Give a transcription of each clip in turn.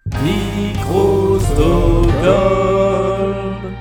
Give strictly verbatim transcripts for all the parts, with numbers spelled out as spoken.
Micro Stockholm.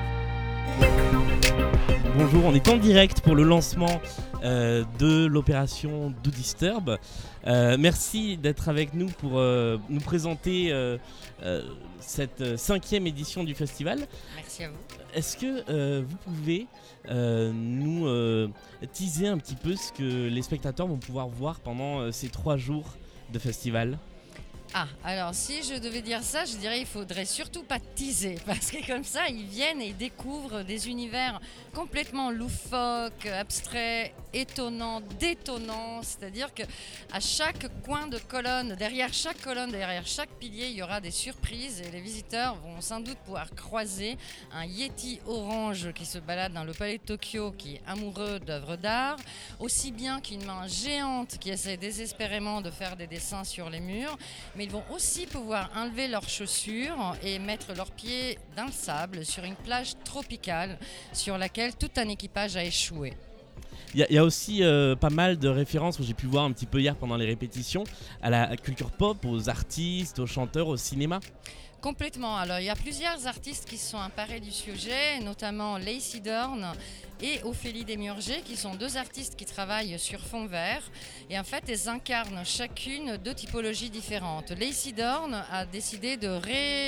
Bonjour, on est en direct pour le lancement euh, de l'opération Do Disturb. Euh, merci d'être avec nous pour euh, nous présenter euh, euh, cette cinquième édition du festival. Merci à vous. Est-ce que euh, vous pouvez euh, nous euh, teaser un petit peu ce que les spectateurs vont pouvoir voir pendant euh, ces trois jours de festival ? Ah, alors si je devais dire ça, je dirais il faudrait surtout pas teaser, parce que comme ça, ils viennent et ils découvrent des univers complètement loufoques, abstraits, étonnants, détonnants. C'est-à-dire que à chaque coin de colonne, derrière chaque colonne, derrière chaque pilier, il y aura des surprises et les visiteurs vont sans doute pouvoir croiser un Yeti orange qui se balade dans le palais de Tokyo, qui est amoureux d'œuvres d'art, aussi bien qu'une main géante qui essaie désespérément de faire des dessins sur les murs. Mais ils vont aussi pouvoir enlever leurs chaussures et mettre leurs pieds dans le sable sur une plage tropicale sur laquelle tout un équipage a échoué. Il y, y a aussi euh, pas mal de références que j'ai pu voir un petit peu hier pendant les répétitions à la culture pop, aux artistes, aux chanteurs, au cinéma. Complètement. Alors, il y a plusieurs artistes qui se sont emparés du sujet, notamment Lacey Dorn et Ophélie Desmurger, qui sont deux artistes qui travaillent sur fond vert. Et en fait, elles incarnent chacune deux typologies différentes. Lacey Dorn a décidé de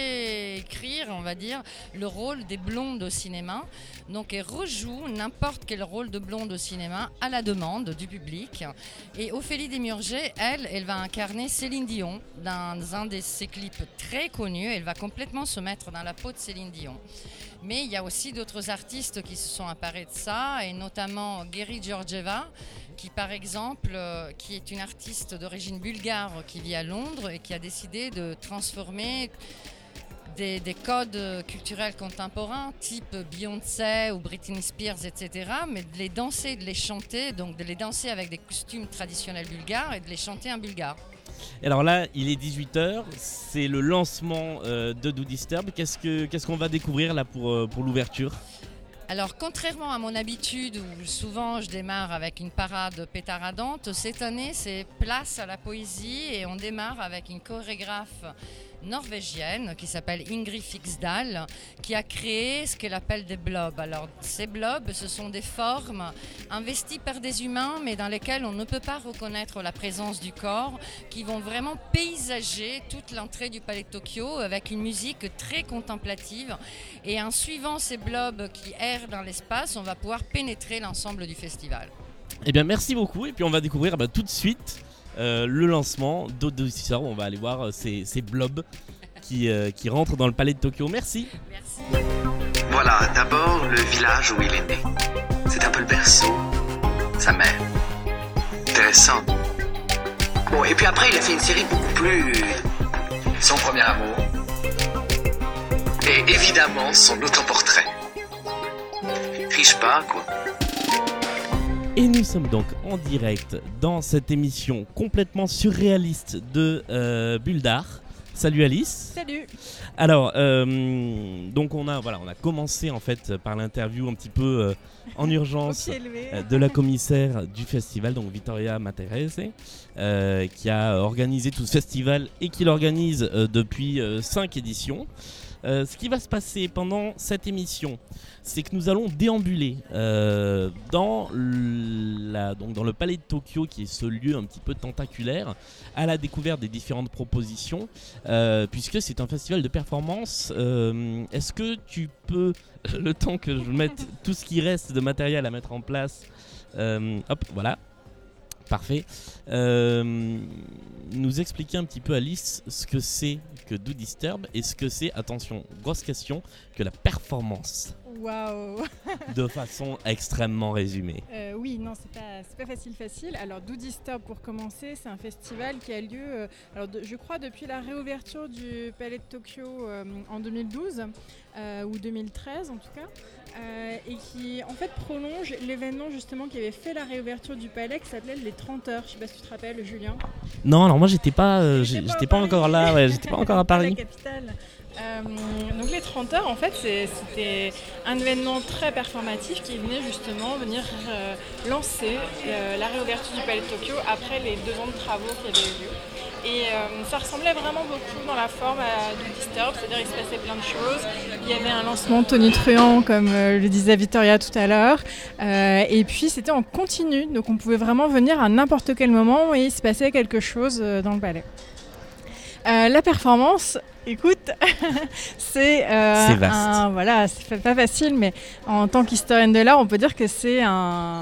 réécrire, on va dire, le rôle des blondes au cinéma. Donc, elle rejoue n'importe quel rôle de blonde au cinéma à la demande du public. Et Ophélie Desmurger, elle, elle va incarner Céline Dion dans un de ses clips très connus. Elle va complètement se mettre dans la peau de Céline Dion. Mais il y a aussi d'autres artistes qui se sont emparés de ça, et notamment Geri Georgieva, qui par exemple, euh, qui est une artiste d'origine bulgare qui vit à Londres et qui a décidé de transformer des, des codes culturels contemporains, type Beyoncé ou Britney Spears, et cetera, mais de les danser, de les chanter, donc de les danser avec des costumes traditionnels bulgares et de les chanter en bulgare. Et alors là, il est dix-huit heures, c'est le lancement euh, de Do Disturb. Qu'est-ce, que, qu'est-ce qu'on va découvrir là pour, euh, pour l'ouverture ? Alors, contrairement à mon habitude où souvent je démarre avec une parade pétaradante, cette année c'est place à la poésie et on démarre avec une chorégraphe norvégienne qui s'appelle Ingrid Fiksdal, qui a créé ce qu'elle appelle des blobs. Alors ces blobs, ce sont des formes investies par des humains mais dans lesquelles on ne peut pas reconnaître la présence du corps, qui vont vraiment paysager toute l'entrée du palais de Tokyo avec une musique très contemplative, et en suivant ces blobs qui errent dans l'espace, on va pouvoir pénétrer l'ensemble du festival. Eh bien merci beaucoup, et puis on va découvrir bah, tout de suite Euh, le lancement Do Disturb. On va aller voir euh, ces, ces blobs qui, euh, qui rentrent dans le palais de Tokyo. Merci. Merci. Voilà, d'abord le village où il est né. C'est un peu le berceau, sa mère. Intéressant. Bon, et puis après, il a fait une série beaucoup plus... Son premier amour. Et évidemment, son autoportrait. Triche pas, quoi. Et nous sommes donc en direct dans cette émission complètement surréaliste de euh, Bulle d'Art. Salut Alice. Salut. Alors, euh, donc on a, voilà, on a commencé en fait par l'interview un petit peu euh, en urgence euh, de la commissaire du festival, donc Vittoria Materese, euh, qui a organisé tout ce festival et qui l'organise euh, depuis euh, cinq éditions. Euh, ce qui va se passer pendant cette émission, c'est que nous allons déambuler euh, dans, la, donc dans le palais de Tokyo, qui est ce lieu un petit peu tentaculaire, à la découverte des différentes propositions, euh, puisque c'est un festival de performance. Euh, est-ce que tu peux, le temps que je mette tout ce qui reste de matériel à mettre en place, euh, hop, voilà. Parfait. Euh, nous expliquer un petit peu, Alice, ce que c'est que Do Disturb et ce que c'est, attention, grosse question, que la performance. Waouh. De façon extrêmement résumée. Euh, oui, non, c'est pas, c'est pas facile, facile. Alors, Do Disturb, pour commencer, c'est un festival qui a lieu, euh, alors de, je crois, depuis la réouverture du Palais de Tokyo euh, en deux mille douze, euh, ou deux mille treize en tout cas, euh, et qui, en fait, prolonge l'événement, justement, qui avait fait la réouverture du Palais, qui s'appelait les trente heures. Je sais pas si tu te rappelles, Julien. Non, alors moi, j'étais pas, euh, J'étais j'ai, pas, j'étais pas encore là, ouais, j'étais pas encore à Paris. La capitale. Euh, donc les trente heures, en fait, c'est, c'était un événement très performatif qui venait justement venir euh, lancer euh, la réouverture du Palais de Tokyo après les deux ans de travaux qui avaient eu lieu. Et euh, ça ressemblait vraiment beaucoup dans la forme à du Disturb, c'est-à-dire qu'il se passait plein de choses. Il y avait un lancement tonitruant, comme euh, le disait Victoria tout à l'heure. Euh, et puis c'était en continu, donc on pouvait vraiment venir à n'importe quel moment et il se passait quelque chose euh, dans le ballet. Euh, la performance, écoute, c'est, euh, c'est vaste. Un, voilà, c'est pas facile, mais en tant qu'historienne de l'art, on peut dire que c'est un,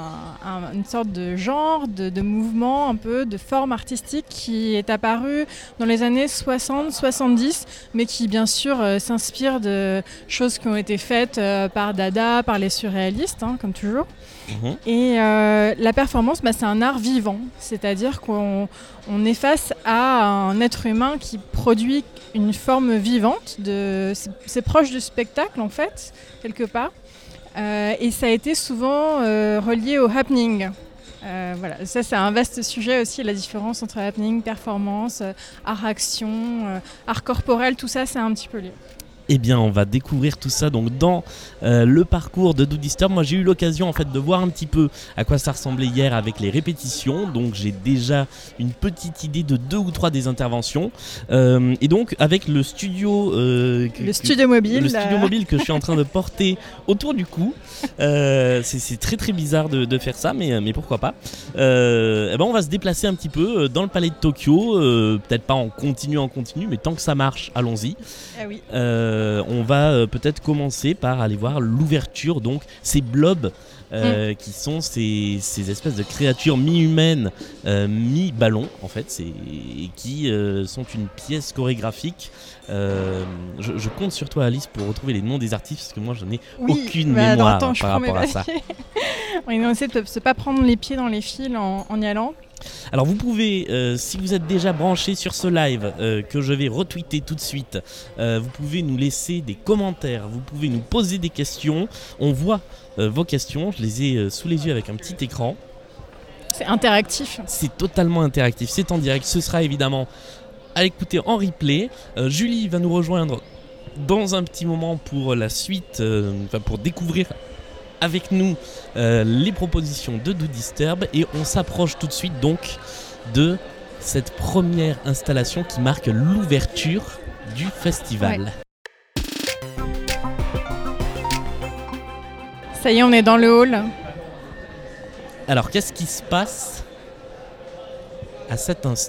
un, une sorte de genre, de, de mouvement, un peu de forme artistique qui est apparu dans les années soixante soixante-dix, mais qui bien sûr euh, s'inspire de choses qui ont été faites euh, par Dada, par les surréalistes, hein, comme toujours. Mmh. Et euh, la performance, bah, c'est un art vivant, c'est-à-dire qu'on on est face à un être humain qui produit une forme vivante, de, c'est, c'est proche du spectacle en fait, quelque part, euh, et ça a été souvent euh, relié au happening. Euh, voilà, ça c'est un vaste sujet aussi, la différence entre happening, performance, euh, art-action, euh, art corporel, tout ça c'est un petit peu lié. Eh bien, on va découvrir tout ça donc dans euh, le parcours de Do Disturb. Moi, j'ai eu l'occasion en fait de voir un petit peu à quoi ça ressemblait hier avec les répétitions. Donc, j'ai déjà une petite idée de deux ou trois des interventions. Euh, et donc, avec le studio, euh, que, le studio mobile, le studio mobile que je suis en train de porter autour du cou. Euh, c'est, c'est très très bizarre de, de faire ça, mais mais pourquoi pas. Euh, eh ben, on va se déplacer un petit peu dans le palais de Tokyo. Euh, peut-être pas en continu en continu, mais tant que ça marche, allons-y. Ah oui. Euh, Euh, on va euh, peut-être commencer par aller voir l'ouverture, donc ces blobs euh, mmh. qui sont ces, ces espèces de créatures mi-humaines, euh, mi-ballons en fait, c'est, et qui euh, sont une pièce chorégraphique. Euh, je, je compte sur toi Alice pour retrouver les noms des artistes parce que moi je n'ai oui, aucune bah, mémoire attends, par rapport à ça. Oui, on essaie de ne pas prendre les pieds dans les fils en, en y allant. Alors vous pouvez, euh, si vous êtes déjà branché sur ce live euh, que je vais retweeter tout de suite, euh, vous pouvez nous laisser des commentaires, vous pouvez nous poser des questions. On voit euh, vos questions, je les ai euh, sous les yeux avec un petit écran. C'est interactif. C'est totalement interactif, c'est en direct, ce sera évidemment à écouter en replay. Euh, Julie va nous rejoindre dans un petit moment pour la suite, euh, enfin pour découvrir avec nous euh, les propositions de Do Disturb et on s'approche tout de suite donc de cette première installation qui marque l'ouverture du festival. Ouais. Ça y est, on est dans le hall. Alors qu'est-ce qui se passe à cet instant ?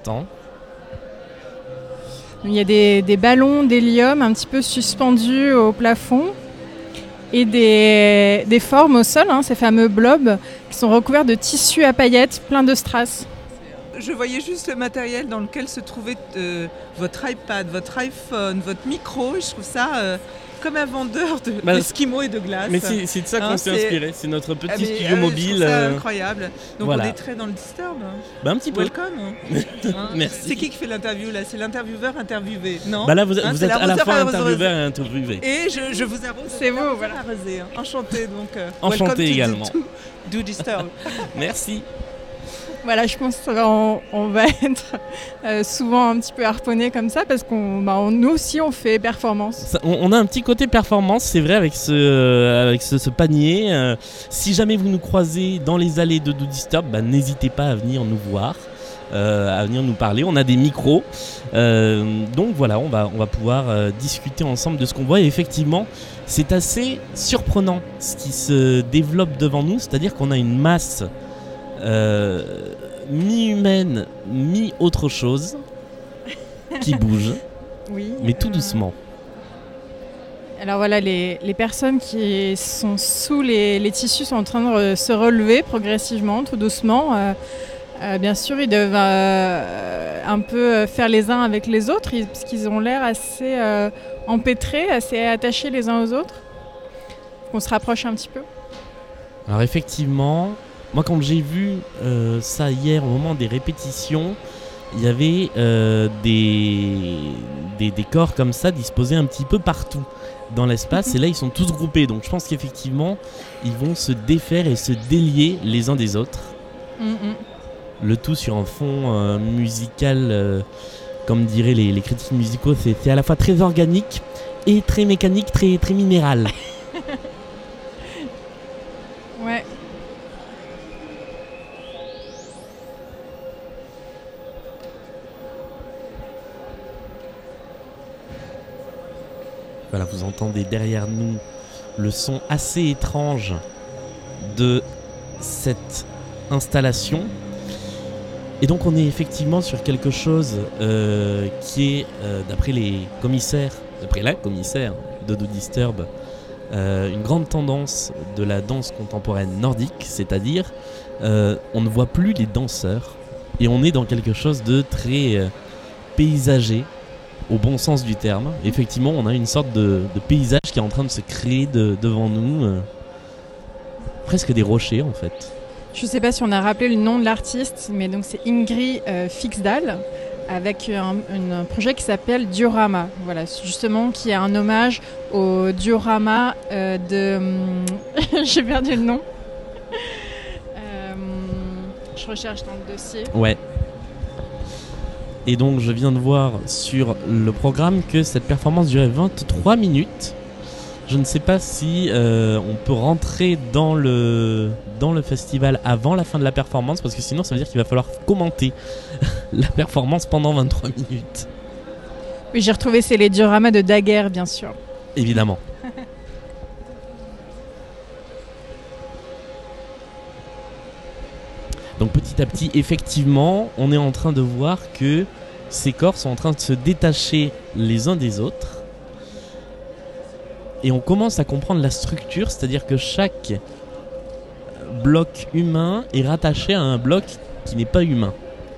Il y a des, des ballons d'hélium un petit peu suspendus au plafond. Et des, des formes au sol, hein, ces fameux blobs, qui sont recouverts de tissus à paillettes plein de strass. Je voyais juste le matériel dans lequel se trouvait euh, votre iPad, votre iPhone, votre micro. Je trouve ça euh, comme un vendeur de, bah, d'esquimaux et de glace. Mais c'est, c'est de ça qu'on hein, s'est c'est... inspiré, c'est notre petit ah mais, studio ah, mobile. Je trouve ça incroyable. Donc voilà. On est très dans le Disturb. Bah, un petit peu. Welcome. Hein. Merci. C'est qui qui fait l'interview là ? C'est l'intervieweur interviewé, non ? Bah là vous, hein, vous êtes à la fois intervieweur et interviewé. Et je, je vous arrose. C'est vous, voilà. Arrosé, hein. Enchanté donc. Euh, Enchanté également. To Do Disturb. Merci. Voilà, je pense qu'on on va être euh, souvent un petit peu harponné comme ça parce qu'on, bah, on, nous aussi on fait performance. Ça, on, on a un petit côté performance, c'est vrai, avec ce, euh, avec ce, ce panier. Euh, si jamais vous nous croisez dans les allées de Do Disturb, bah, n'hésitez pas à venir nous voir, euh, à venir nous parler. On a des micros, euh, donc voilà, on va, on va pouvoir euh, discuter ensemble de ce qu'on voit. Et effectivement, c'est assez surprenant ce qui se développe devant nous, c'est-à-dire qu'on a une masse Euh, mi-humaine, mi-autre chose qui bouge, oui, mais tout euh... doucement. Alors voilà, les, les personnes qui sont sous les, les tissus sont en train de se relever progressivement, tout doucement. Euh, euh, bien sûr, ils doivent euh, un peu faire les uns avec les autres, ils, parce qu'ils ont l'air assez euh, empêtrés, assez attachés les uns aux autres. On se rapproche un petit peu. Alors effectivement... Moi, quand j'ai vu euh, ça hier au moment des répétitions, il y avait euh, des, des, des corps comme ça disposés un petit peu partout dans l'espace. Mm-hmm. Et là, ils sont tous groupés. Donc, je pense qu'effectivement, ils vont se défaire et se délier les uns des autres. Mm-hmm. Le tout sur un fond euh, musical, euh, comme diraient les, les critiques musicaux, c'est, c'est à la fois très organique et très mécanique, très, très minéral. Ouais. voilà, vous entendez derrière nous le son assez étrange de cette installation. Et donc on est effectivement sur quelque chose euh, qui est, euh, d'après les commissaires, d'après la commissaire de Do Disturb, euh, une grande tendance de la danse contemporaine nordique, c'est-à-dire euh, on ne voit plus les danseurs et on est dans quelque chose de très euh, paysager, au bon sens du terme. Effectivement, on a une sorte de, de paysage qui est en train de se créer de, devant nous, euh, presque des rochers en fait. Je ne sais pas si on a rappelé le nom de l'artiste, mais donc c'est Ingrid euh, Fixdal, avec un, un projet qui s'appelle Diorama, voilà, justement qui est un hommage au diorama euh, de... J'ai perdu le nom. euh, je recherche dans le dossier. Ouais. Et donc je viens de voir sur le programme que cette performance durait vingt-trois minutes. Je ne sais pas si euh, on peut rentrer dans le, dans le festival avant la fin de la performance, parce que sinon ça veut dire qu'il va falloir commenter la performance pendant vingt-trois minutes. Oui, j'ai retrouvé, c'est les dioramas de Daguerre, bien sûr. Évidemment. Donc petit à petit, effectivement, on est en train de voir que ces corps sont en train de se détacher les uns des autres. Et on commence à comprendre la structure, c'est-à-dire que chaque bloc humain est rattaché à un bloc qui n'est pas humain.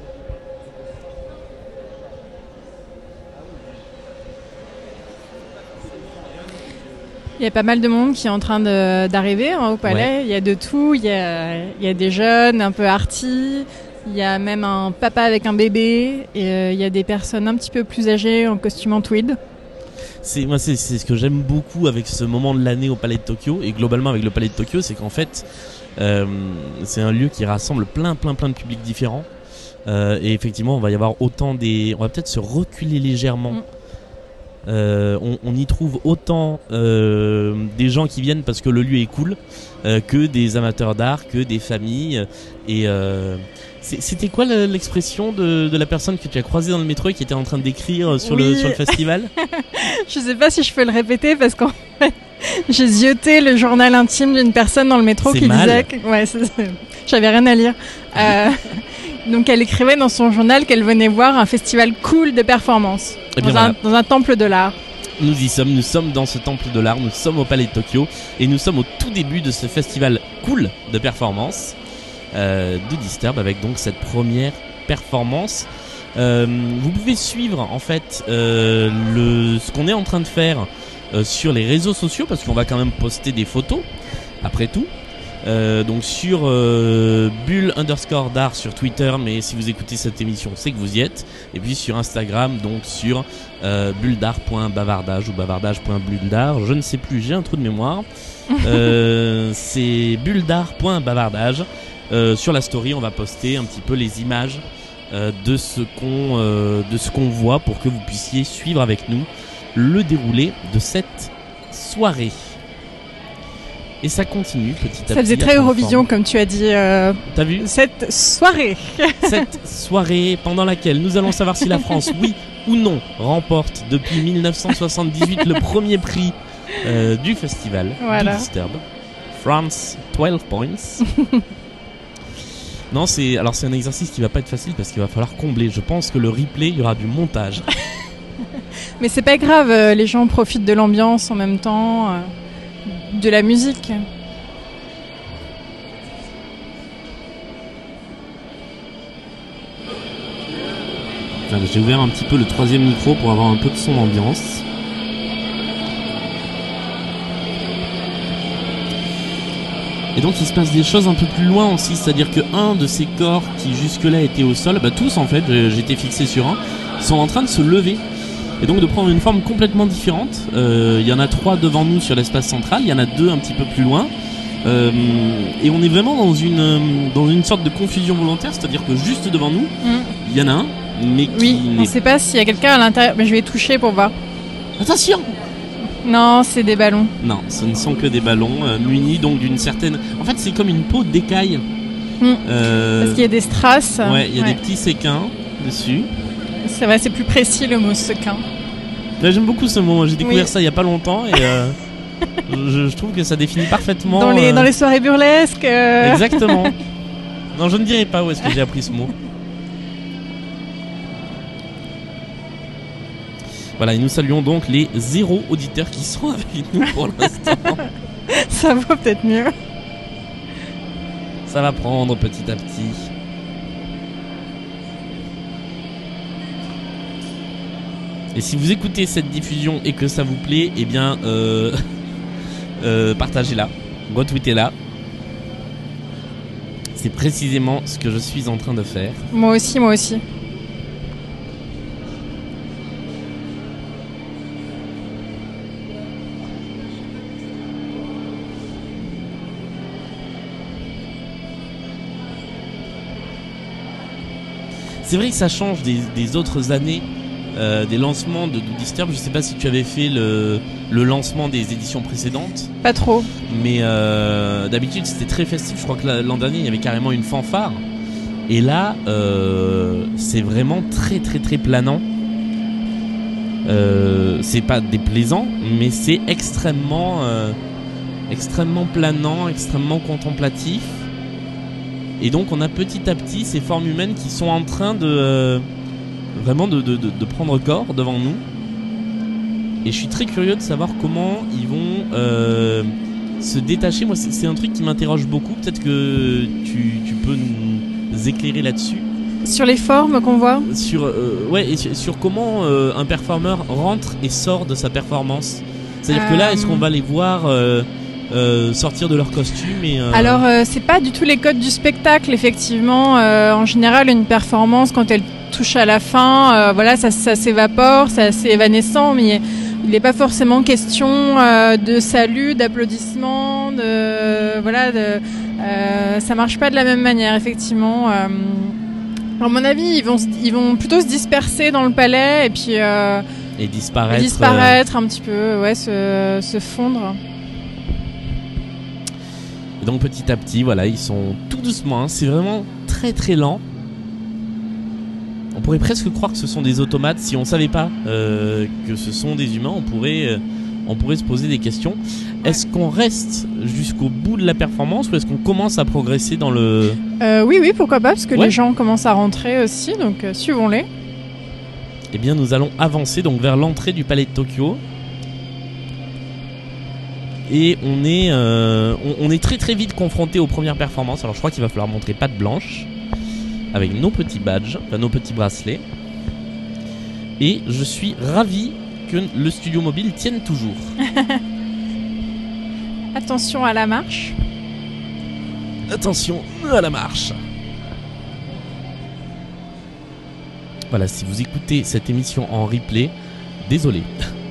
Il y a pas mal de monde qui est en train de, d'arriver hein, au palais. Ouais. Il y a de tout. Il y a, il y a des jeunes un peu arty. Il y a même un papa avec un bébé. Et euh, il y a des personnes un petit peu plus âgées en costume en tweed. C'est, moi, c'est, c'est ce que j'aime beaucoup avec ce moment de l'année au Palais de Tokyo, et globalement avec le Palais de Tokyo, c'est qu'en fait, euh, c'est un lieu qui rassemble plein, plein, plein de publics différents. Euh, et effectivement, on va y avoir autant des... On va peut-être se reculer légèrement. Mm. Euh, on, on y trouve autant euh, des gens qui viennent parce que le lieu est cool, euh, que des amateurs d'art, que des familles. Et euh, c'était quoi l'expression de, de la personne que tu as croisée dans le métro et qui était en train d'écrire sur, oui. le, sur le festival? Je sais pas si je peux le répéter parce qu'en fait, j'ai zioté le journal intime d'une personne dans le métro c'est qui mal. disait que ouais, c'est, c'est, j'avais rien à lire. Euh, donc elle écrivait dans son journal qu'elle venait voir un festival cool de performance dans, voilà. un, dans un temple de l'art. Nous y sommes, nous sommes dans ce temple de l'art, nous sommes au Palais de Tokyo et nous sommes au tout début de ce festival cool de performance. Euh, de Disturb avec donc cette première performance. Euh, vous pouvez suivre en fait euh, le, ce qu'on est en train de faire euh, sur les réseaux sociaux parce qu'on va quand même poster des photos après tout. Euh, donc sur euh, bulle underscore d'art sur Twitter, mais si vous écoutez cette émission c'est que vous y êtes, et puis sur Instagram donc sur euh, bulledart.bavardage ou bavardage.bulledart, je ne sais plus, j'ai un trou de mémoire. euh, c'est bulledart.bavardage. Euh, sur la story, on va poster un petit peu les images euh, de ce qu'on euh, de ce qu'on voit pour que vous puissiez suivre avec nous le déroulé de cette soirée. Et ça continue petit à petit. Ça faisait très Eurovision comme tu as dit. Euh, T'as vu cette soirée. Cette soirée pendant laquelle nous allons savoir si la France, oui ou non, remporte depuis dix-neuf cent soixante-dix-huit le premier prix euh, du festival voilà. du Disturb. France, douze points. Non, c'est alors c'est un exercice qui va pas être facile parce qu'il va falloir combler. Je pense que le replay, il y aura du montage. Mais c'est pas grave, euh, les gens profitent de l'ambiance en même temps, euh, de la musique. Alors, j'ai ouvert un petit peu le troisième micro pour avoir un peu de son d'ambiance. Et donc il se passe des choses un peu plus loin aussi, c'est-à-dire que un de ces corps qui jusque-là étaient au sol, bah tous en fait, j'étais fixé sur un, sont en train de se lever et donc de prendre une forme complètement différente. Il euh, y en a trois devant nous sur l'espace central, il y en a deux un petit peu plus loin, euh, et on est vraiment dans une dans une sorte de confusion volontaire, c'est-à-dire que juste devant nous, il mmh. y en a un, mais qui oui, n'est... on ne sait pas s'il y a quelqu'un à l'intérieur, mais je vais toucher pour voir. Attention. Non, c'est des ballons. Non, ce ne sont que des ballons euh, munis donc d'une certaine... En fait, c'est comme une peau d'écaille. Mmh. Euh... Parce qu'il y a des strass. Ouais, il y a ouais. des petits séquins dessus. C'est vrai, c'est plus précis le mot sequin. Là, j'aime beaucoup ce mot. J'ai découvert Oui. ça il y a pas longtemps et euh, je, je trouve que ça définit parfaitement. Dans les, euh, dans les soirées burlesques. euh, Exactement. Non, je ne dirai pas où est-ce que j'ai appris ce mot. Voilà, et nous saluons donc les zéro auditeurs qui sont avec nous pour l'instant. Ça vaut peut-être mieux. Ça va prendre petit à petit. Et si vous écoutez cette diffusion et que ça vous plaît, eh bien, euh, euh, partagez-la, retweetez-la. C'est précisément ce que je suis en train de faire. Moi aussi, moi aussi. C'est vrai que ça change des, des autres années, euh, des lancements de Do Disturb. Je sais pas si tu avais fait le, le lancement des éditions précédentes. Pas trop. Mais euh, d'habitude c'était très festif. Je crois que l'an dernier il y avait carrément une fanfare. Et là euh, c'est vraiment très très très planant. Euh, c'est pas déplaisant, mais c'est extrêmement euh, extrêmement planant, extrêmement contemplatif. Et donc on a petit à petit ces formes humaines qui sont en train de euh, vraiment de, de, de, de prendre corps devant nous. Et je suis très curieux de savoir comment ils vont euh, se détacher. Moi c'est, c'est un truc qui m'interroge beaucoup. Peut-être que tu, tu peux nous éclairer là-dessus. Sur les formes qu'on voit. Sur, euh, ouais, et sur, sur comment euh, un performeur rentre et sort de sa performance. C'est-à-dire euh... que là, est-ce qu'on va les voir euh, euh, sortir de leur costume et, euh... Alors, euh, c'est pas du tout les codes du spectacle, effectivement. Euh, en général, une performance, quand elle touche à la fin, euh, voilà, ça, ça s'évapore, c'est assez évanescent, mais il n'est pas forcément question euh, de salut, d'applaudissements, de voilà, de, euh, ça marche pas de la même manière, effectivement. Euh, À mon avis, ils vont, ils vont plutôt se disperser dans le palais et puis euh, et disparaître, disparaître euh... un petit peu, ouais, se, se fondre. Et donc petit à petit, voilà, ils sont tout doucement. Hein, c'est vraiment très très lent. On pourrait presque croire que ce sont des automates. Si on savait pas euh, que ce sont des humains, on pourrait, euh, on pourrait se poser des questions. Ouais. Est-ce qu'on reste jusqu'au bout de la performance ou est-ce qu'on commence à progresser dans le... Euh, oui, oui, pourquoi pas, parce que ouais. les gens commencent à rentrer aussi, donc euh, suivons-les. Eh bien, nous allons avancer donc vers l'entrée du palais de Tokyo. Et on est, euh, on, on est très très vite confronté aux premières performances. Alors je crois qu'il va falloir montrer patte blanche avec nos petits badges, enfin nos petits bracelets. Et je suis ravi que le studio mobile tienne toujours. Attention à la marche. Attention à la marche. Voilà, si vous écoutez cette émission en replay, désolé.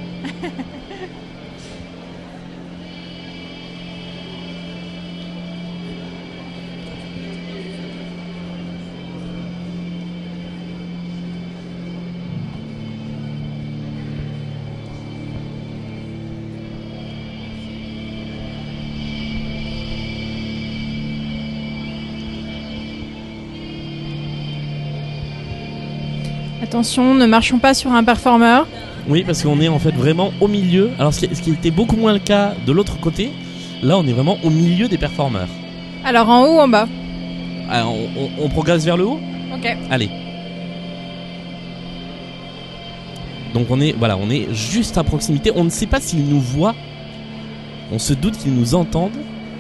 Attention, ne marchons pas sur un performeur. Oui, parce qu'on est en fait vraiment au milieu. Alors ce qui, ce qui était beaucoup moins le cas de l'autre côté, là on est vraiment au milieu des performeurs. Alors en haut ou en bas ? Alors, on, on, on progresse vers le haut ? Ok. Allez. Donc on est, voilà, on est juste à proximité. On ne sait pas s'ils nous voient. On se doute qu'ils nous entendent.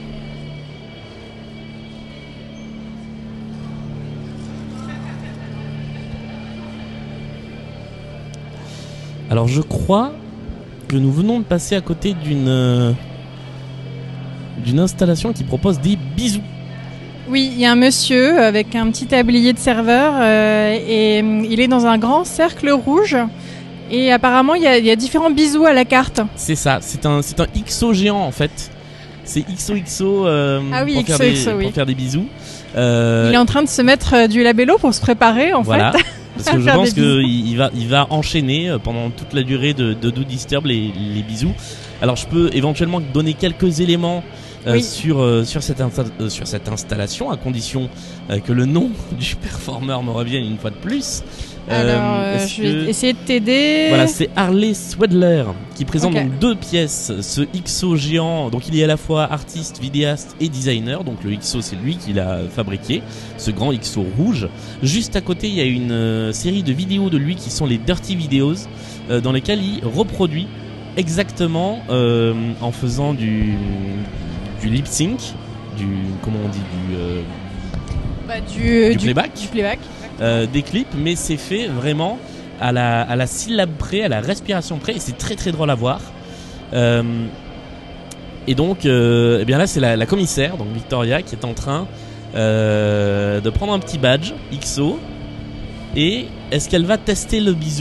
Alors je crois que nous venons de passer à côté d'une euh, d'une installation qui propose des bisous. Oui, il y a un monsieur avec un petit tablier de serveur euh, et il est dans un grand cercle rouge et apparemment il y a, il y a différents bisous à la carte. C'est ça, c'est un, c'est un X O géant en fait. C'est X O X O euh, ah oui, pour, X O faire X O, des, oui. pour faire des bisous. Euh, il est en train de se mettre du labello pour se préparer en voilà. fait. Parce que je pense qu'il va, il va enchaîner pendant toute la durée de, de Do Disturb les, les bisous. Alors je peux éventuellement donner quelques éléments euh, oui. sur, euh, sur, cette insta- euh, sur cette installation, à condition euh, que le nom du performeur me revienne une fois de plus. Alors, euh, je vais que... essayer de t'aider. Voilà, c'est Harley Swedler qui présente okay. donc deux pièces. Ce X O géant, donc il est à la fois artiste, vidéaste et designer. Donc le X O, c'est lui qui l'a fabriqué, ce grand X O rouge. Juste à côté, il y a une euh, série de vidéos de lui qui sont les Dirty Videos, euh, dans lesquelles il reproduit exactement euh, en faisant du, du lip sync, du comment on dit, du, euh, bah, du, du playback. Du playback. Euh, des clips, mais c'est fait vraiment à la, à la syllabe près, à la respiration près, et c'est très très drôle à voir. Euh, et donc, euh, eh bien là, c'est la, la commissaire, donc Victoria, qui est en train euh, de prendre un petit badge X O. Et est-ce qu'elle va tester le bisou ?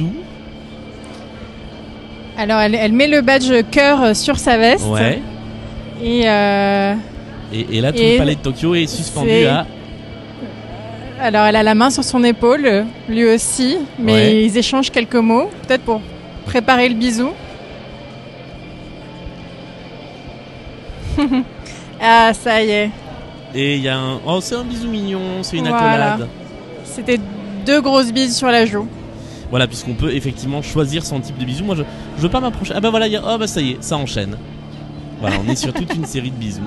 Alors, elle, elle met le badge cœur sur sa veste. Ouais. Et, euh, et, et là, tout et le palais de Tokyo est suspendu c'est... à... Alors, elle a la main sur son épaule, lui aussi, mais ouais. Ils échangent quelques mots, peut-être pour préparer le bisou. Ah, ça y est. Et il y a un... Oh, c'est un bisou mignon, c'est une voilà. accolade. C'était deux grosses bises sur la joue. Voilà, puisqu'on peut effectivement choisir son type de bisou. Moi, je, je veux pas m'approcher. Ah bah voilà, il y a... oh bah ça y est, ça enchaîne. Voilà, on est sur toute une série de bisous.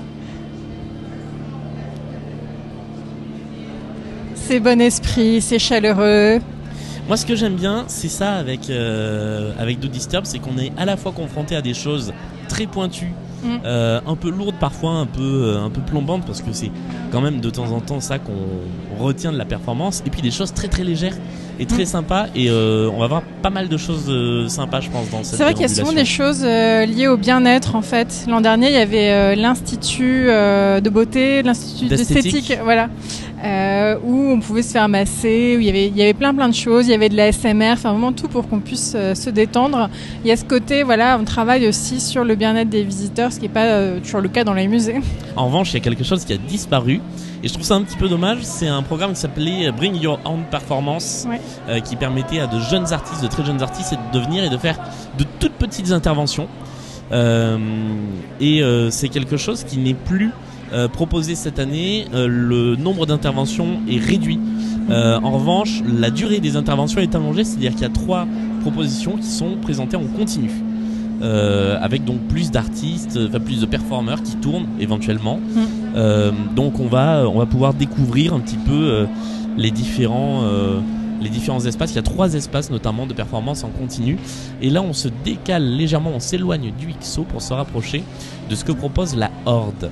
C'est bon esprit, c'est chaleureux. Moi, ce que j'aime bien, c'est ça avec, euh, avec Do Disturb, c'est qu'on est à la fois confronté à des choses très pointues, mm. euh, un peu lourdes parfois, un peu, euh, un peu plombantes, parce que c'est quand même de temps en temps ça qu'on retient de la performance, et puis des choses très très légères et très mm. sympas, et euh, on va voir pas mal de choses euh, sympas, je pense, dans cette C'est vrai qu'il y a souvent des choses euh, liées au bien-être, en fait. L'an dernier, il y avait euh, l'Institut euh, de beauté, l'Institut d'esthétique, voilà. Euh, où on pouvait se faire masser, où il y avait, il y avait plein plein de choses, il y avait de la S M R, enfin vraiment tout pour qu'on puisse euh, se détendre. Il y a ce côté, voilà, on travaille aussi sur le bien-être des visiteurs, ce qui n'est pas euh, toujours le cas dans les musées. En revanche, il y a quelque chose qui a disparu, et je trouve ça un petit peu dommage, c'est un programme qui s'appelait Bring Your Own Performance, ouais. euh, qui permettait à de jeunes artistes, de très jeunes artistes, de venir et de faire de toutes petites interventions. Euh, et euh, c'est quelque chose qui n'est plus Euh, proposé cette année. Euh, le nombre d'interventions est réduit. Euh, en revanche, la durée des interventions est allongée, c'est-à-dire qu'il y a trois propositions qui sont présentées en continu, euh, avec donc plus d'artistes, enfin plus de performeurs qui tournent éventuellement. Mmh. Euh, donc on va, on va pouvoir découvrir un petit peu euh, les différents, euh, les différents espaces. Il y a trois espaces notamment de performance en continu. Et là, on se décale légèrement, on s'éloigne du X O pour se rapprocher de ce que propose la Horde.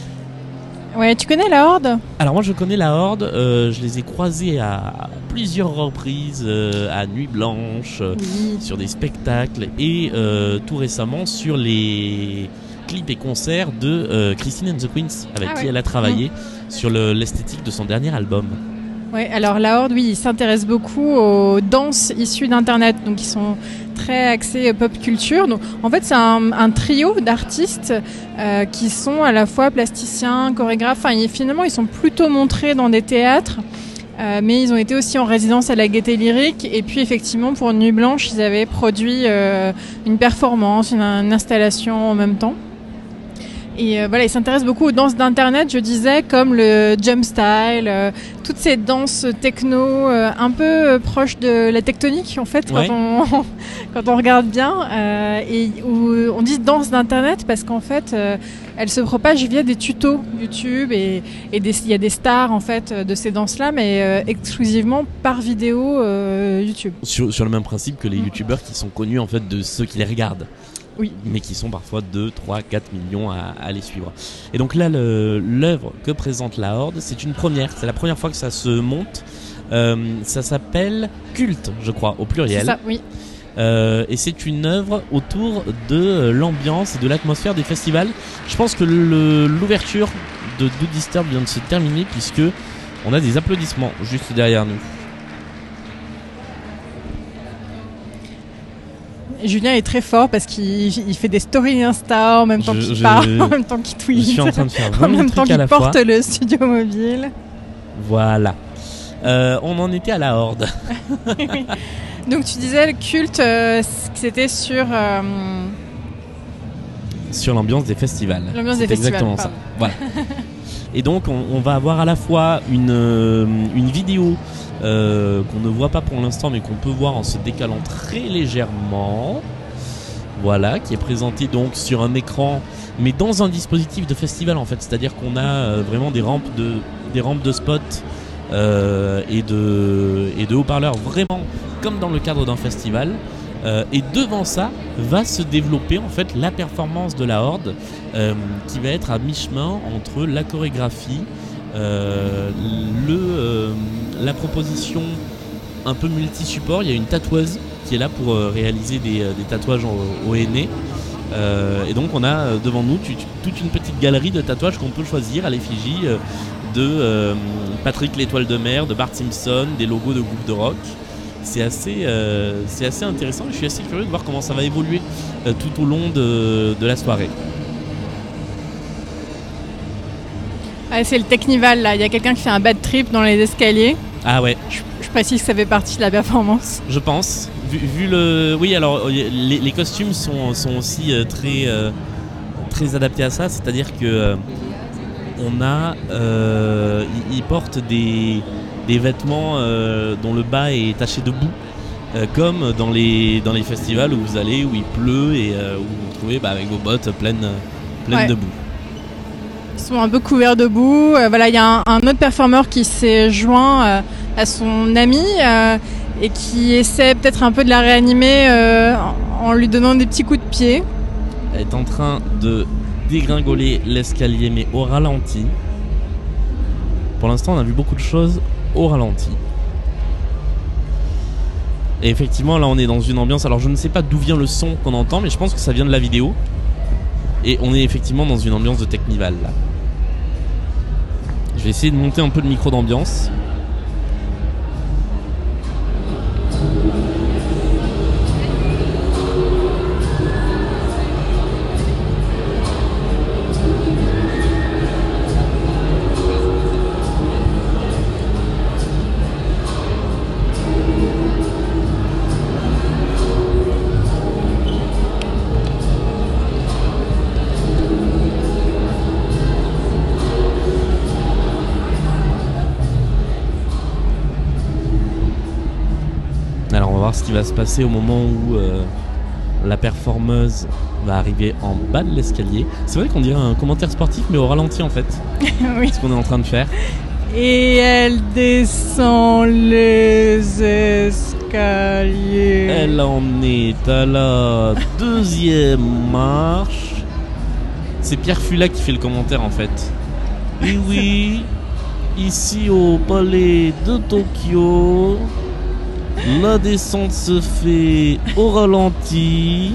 Ouais, tu connais la Horde ? Alors moi je connais la Horde, euh, je les ai croisés à plusieurs reprises, euh, à Nuit Blanche, euh, oui. sur des spectacles et euh, tout récemment sur les clips et concerts de euh, Christine and the Queens, avec ah qui ouais. elle a travaillé mmh. sur le, l'esthétique de son dernier album. Ouais, alors la Horde, oui, ils s'intéressent beaucoup aux danses issues d'internet, donc ils sont très axés pop culture. Donc en fait, c'est un, un trio d'artistes euh, qui sont à la fois plasticiens, chorégraphes. Enfin, ils, finalement, ils sont plutôt montrés dans des théâtres, euh, mais ils ont été aussi en résidence à la Gaîté Lyrique. Et puis effectivement, pour Nuit Blanche, ils avaient produit euh, une performance, une, une installation en même temps. Et euh, voilà, ils s'intéressent beaucoup aux danses d'internet, je disais, comme le jump style, euh, toutes ces danses techno euh, un peu euh, proches de la tectonique en fait, ouais. quand on quand on regarde bien. Euh, et où on dit danse d'internet parce qu'en fait, euh, elles se propagent via des tutos YouTube et et il y a des stars en fait de ces danses-là, mais euh, exclusivement par vidéo euh, YouTube. Sur sur le même principe que les mmh. YouTubeurs qui sont connus en fait de ceux qui les regardent. Oui. Mais qui sont parfois deux, trois, quatre millions à, à les suivre. Et donc là, le, l'œuvre que présente la Horde, c'est une première. C'est la première fois que ça se monte. Euh, ça s'appelle Culte, je crois, au pluriel. C'est ça, oui. Euh, et c'est une œuvre autour de l'ambiance et de l'atmosphère des festivals. Je pense que le, l'ouverture de Do Disturb vient de se terminer puisque on a des applaudissements juste derrière nous. Julien est très fort parce qu'il il fait des stories Insta en même temps je, qu'il je, parle, en même temps qu'il tweet, je suis en train de faire en même temps qu'il porte fois. le studio mobile. Voilà. Euh, on en était à la Horde. Donc tu disais le culte, euh, c'était sur euh... sur l'ambiance des festivals. L'ambiance C'est des festivals. Exactement ça. Voilà. Et donc on, on va avoir à la fois une, euh, une vidéo euh, qu'on ne voit pas pour l'instant, mais qu'on peut voir en se décalant très légèrement. Voilà, qui est présenté donc sur un écran, mais dans un dispositif de festival en fait. C'est-à-dire qu'on a euh, vraiment des rampes de, des rampes de spots euh, et, de, et de haut-parleurs, vraiment comme dans le cadre d'un festival. Euh, et devant ça va se développer en fait la performance de la Horde, euh, qui va être à mi-chemin entre la chorégraphie, euh, le, euh, la proposition un peu multi-support. Il y a une tatoueuse qui est là pour euh, réaliser des, euh, des tatouages au, au henné. Euh, et donc on a euh, devant nous tu, tu, toute une petite galerie de tatouages qu'on peut choisir à l'effigie euh, de euh, Patrick l'étoile de mer, de Bart Simpson, des logos de groupes de rock. C'est assez, euh, c'est assez intéressant et je suis assez curieux de voir comment ça va évoluer euh, tout au long de, de la soirée. Ah, c'est le Technival là, il y a quelqu'un qui fait un bad trip dans les escaliers. Ah ouais. Je, je précise que ça fait partie de la performance. Je pense. Vu, vu le, oui, alors les, les costumes sont, sont aussi euh, très, euh, très adaptés à ça, c'est-à-dire que euh, on a, euh, ils portent des des vêtements euh, dont le bas est taché de boue, euh, comme dans les, dans les festivals où vous allez, où il pleut et euh, où vous vous trouvez bah, avec vos bottes pleines, pleines ouais. de boue. Ils sont un peu couverts de boue. Euh, voilà, il y a un, un autre performeur qui s'est joint euh, à son ami euh, et qui essaie peut-être un peu de la réanimer euh, en, en lui donnant des petits coups de pied. Elle est en train de dégringoler l'escalier mais au ralenti. Pour l'instant on a vu beaucoup de choses au ralenti. Et effectivement là on est dans une ambiance, alors je ne sais pas d'où vient le son qu'on entend, mais je pense que ça vient de la vidéo. Et on est effectivement dans une ambiance de Technival là. Je vais essayer de monter un peu le micro d'ambiance. Ce qui va se passer au moment où euh, la performeuse va arriver en bas de l'escalier. C'est vrai qu'on dirait un commentaire sportif mais au ralenti en fait. Oui. Ce qu'on est en train de faire. Et elle descend les escaliers. Elle en est à la deuxième marche. C'est Pierre Fula qui fait le commentaire en fait. Oui oui, ici au palais de Tokyo, la descente se fait au ralenti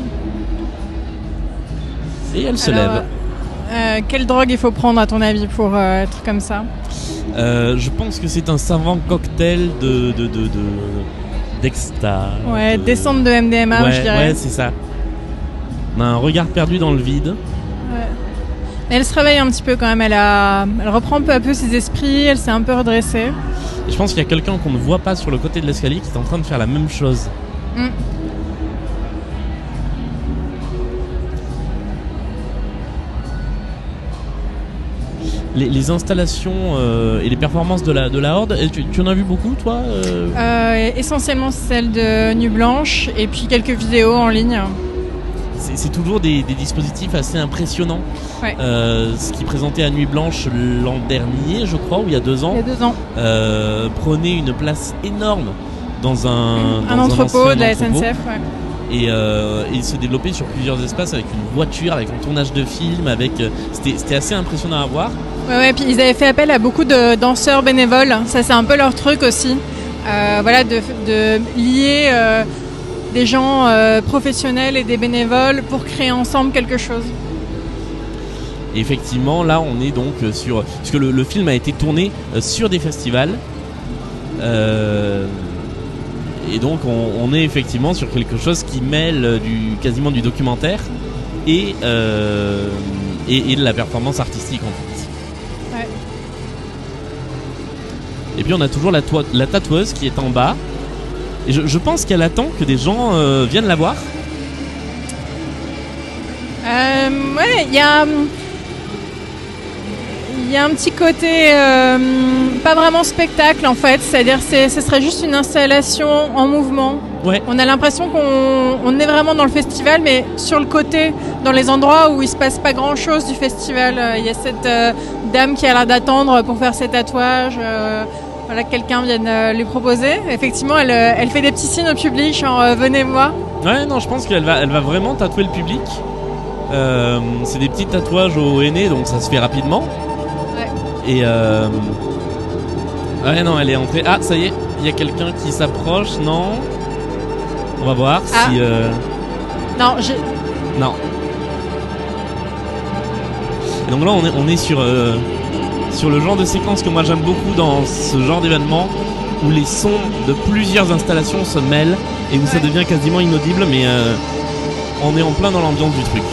et elle se Alors, lève. Euh, quelle drogue il faut prendre à ton avis pour euh, être comme ça ? euh, Je pense que c'est un savant cocktail de, de, de, de d'extase. Ouais, de... descente de M D M A, ouais, je dirais. Ouais, c'est ça. On a un regard perdu dans le vide. Ouais. Elle se réveille un petit peu quand même. Elle a, elle reprend peu à peu ses esprits. Elle s'est un peu redressée. Et je pense qu'il y a quelqu'un qu'on ne voit pas sur le côté de l'escalier qui est en train de faire la même chose. Mm. Les, les installations euh, et les performances de la, de la Horde, tu, tu en as vu beaucoup toi euh... Euh, Essentiellement celle de Nuit Blanche et puis quelques vidéos en ligne. C'est, c'est toujours des, des dispositifs assez impressionnants. Ouais. Euh, ce qui présentait à Nuit Blanche l'an dernier, je crois, ou il y a deux ans. Il y a deux ans. Euh, prenait une place énorme dans un, mmh, dans un entrepôt un de la entrepôt. S N C F. Ouais. Et, euh, et il se développait sur plusieurs espaces avec une voiture, avec un tournage de film, avec c'était, c'était assez impressionnant à voir. Ouais, ouais. Puis ils avaient fait appel à beaucoup de danseurs bénévoles. Ça, c'est un peu leur truc aussi. Euh, voilà, de, de lier euh, des gens euh, professionnels et des bénévoles pour créer ensemble quelque chose. Et effectivement, là, on est donc sur, parce que le, le film a été tourné sur des festivals. Euh, Et donc on, on est effectivement sur quelque chose qui mêle du, quasiment du documentaire et, euh, et, et de la performance artistique en fait. Ouais. Et puis on a toujours la, toi, la tatoueuse qui est en bas. Et je, je pense qu'elle attend que des gens euh, viennent la voir. Euh, ouais, il y a... Il y a un petit côté euh, pas vraiment spectacle en fait, c'est-à-dire que ce serait juste une installation en mouvement. Ouais. On a l'impression qu'on on est vraiment dans le festival, mais sur le côté, dans les endroits où il se passe pas grand-chose du festival. Euh, il y a cette euh, dame qui a l'air d'attendre pour faire ses tatouages. Euh, voilà, que quelqu'un vienne euh, lui proposer. Effectivement, elle, euh, elle fait des petits signes au public, genre euh, venez moi. Ouais, non, je pense qu'elle va, elle va vraiment tatouer le public. Euh, c'est des petits tatouages au henné, donc ça se fait rapidement. Et euh... ouais, non, elle est entrée. Ah, ça y est, il y a quelqu'un qui s'approche, non? On va voir ah. si. Euh... Non, je. Non. Et donc là, on est, on est sur, euh, sur le genre de séquence que moi j'aime beaucoup dans ce genre d'événement où les sons de plusieurs installations se mêlent et où ouais. ça devient quasiment inaudible, mais euh, on est en plein dans l'ambiance du truc.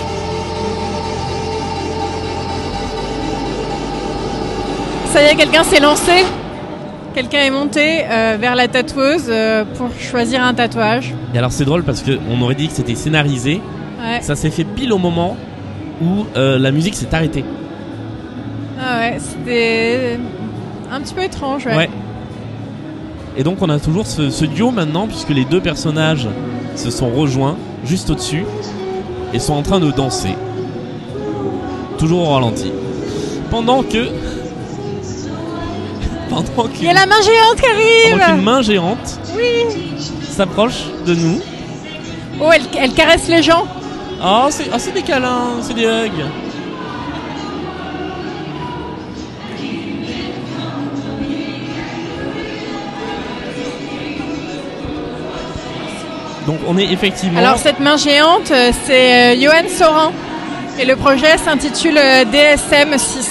Ça y est, quelqu'un s'est lancé. Quelqu'un est monté euh, vers la tatoueuse euh, pour choisir un tatouage. Et alors c'est drôle parce qu'on aurait dit que c'était scénarisé. Ouais. Ça s'est fait pile au moment où euh, la musique s'est arrêtée. Ah ouais, c'était un petit peu étrange. Ouais. ouais. Et donc on a toujours ce, ce duo maintenant puisque les deux personnages se sont rejoints juste au-dessus et sont en train de danser. Toujours au ralenti. Pendant que... Pendant Il y a la main géante qui arrive. Pendant qu'une main géante oui. s'approche de nous. Oh, elle, elle caresse les gens. Oh, c'est, oh, c'est des câlins, c'est des hugs. Donc on est effectivement... Alors cette main géante, c'est Johan Sorin. Et le projet s'intitule D S M six.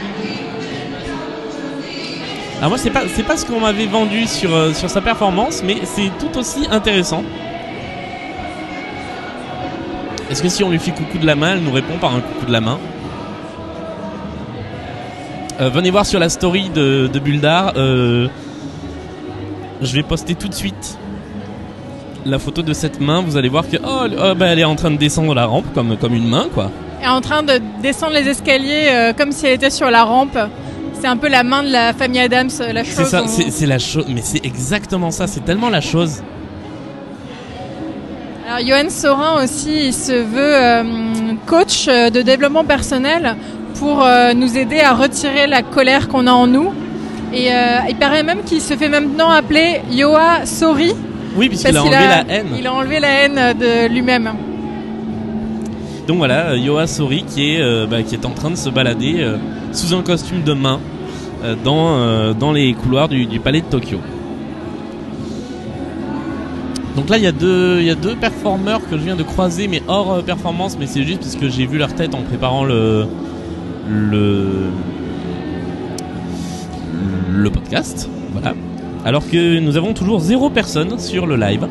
Alors moi c'est pas, c'est pas ce qu'on m'avait vendu sur, euh, sur sa performance, mais c'est tout aussi intéressant. Est-ce que si on lui fait coucou de la main, elle nous répond par un coucou de la main? euh, Venez voir sur la story de, de Bulldar. Euh, je vais poster tout de suite la photo de cette main. Vous allez voir que oh, oh, bah, elle est en train de descendre la rampe comme, comme une main quoi. Elle est en train de descendre les escaliers euh, comme si elle était sur la rampe. C'est un peu la main de la famille Adams, la chose. C'est ça, on... c'est, c'est la chose, mais c'est exactement ça, c'est tellement la chose. Alors Johan Sorin aussi, il se veut euh, coach de développement personnel pour euh, nous aider à retirer la colère qu'on a en nous. Et euh, il paraît même qu'il se fait maintenant appeler Yoa Sori. Oui, puisqu'il a enlevé a, la haine. Il a enlevé la haine de lui-même. Donc voilà, Yoa Sori qui est, euh, bah, qui est en train de se balader euh, sous un costume de main euh, dans, euh, dans les couloirs du, du palais de Tokyo. Donc là il y a deux, il y a deux performeurs que je viens de croiser mais hors euh, performance, mais c'est juste parce que j'ai vu leur tête en préparant le, le, le podcast. Voilà. Alors que nous avons toujours zéro personne sur le live.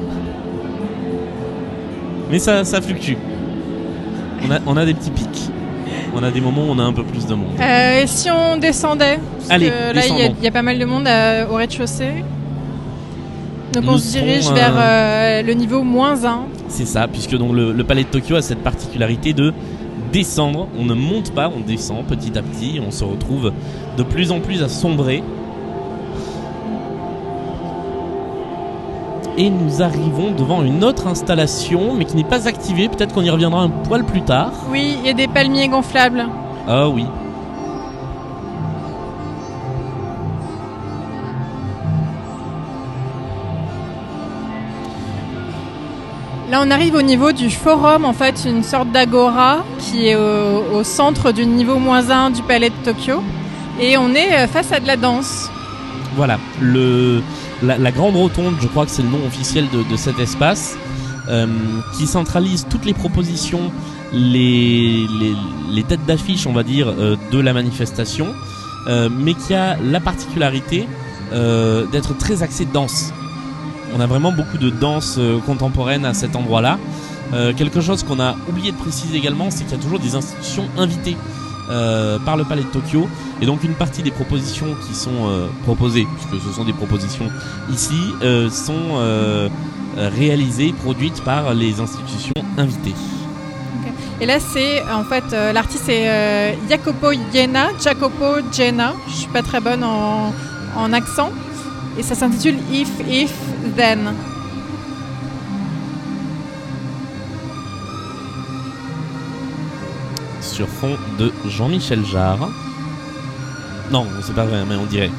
Mais ça, ça fluctue. On a, on a des petits pics. On a des moments où on a un peu plus de monde. Euh, et si on descendait? Parce Allez, que là, il y, y a pas mal de monde à, au rez-de-chaussée. Donc Nous on se dirige serons, vers euh, le niveau moins un. C'est ça, puisque donc le, le palais de Tokyo a cette particularité de descendre. On ne monte pas, on descend petit à petit. On se retrouve de plus en plus à sombrer. Et nous arrivons devant une autre installation, mais qui n'est pas activée. Peut-être qu'on y reviendra un poil plus tard. Oui, il y a des palmiers gonflables. Ah oui. Là, on arrive au niveau du forum, en fait, une sorte d'agora qui est au, au centre du niveau moins un du palais de Tokyo. Et on est face à de la danse. Voilà, le... La, la grande rotonde, je crois que c'est le nom officiel de, de cet espace, euh, qui centralise toutes les propositions, les, les, les têtes d'affiche, on va dire, euh, de la manifestation, euh, mais qui a la particularité euh, d'être très axé danse. On a vraiment beaucoup de danse euh, contemporaine à cet endroit-là. Euh, quelque chose qu'on a oublié de préciser également, c'est qu'il y a toujours des institutions invitées Euh, par le palais de Tokyo, et donc une partie des propositions qui sont euh, proposées, puisque ce sont des propositions ici, euh, sont euh, réalisées, produites par les institutions invitées. Okay. Et là, c'est en fait, euh, l'artiste c'est euh, Jacopo Jena, Jacopo Jena. Je suis pas très bonne en, en accent. Et ça s'intitule If, If, Then. Sur fond de Jean-Michel Jarre. Non, c'est pas vrai, mais on dirait.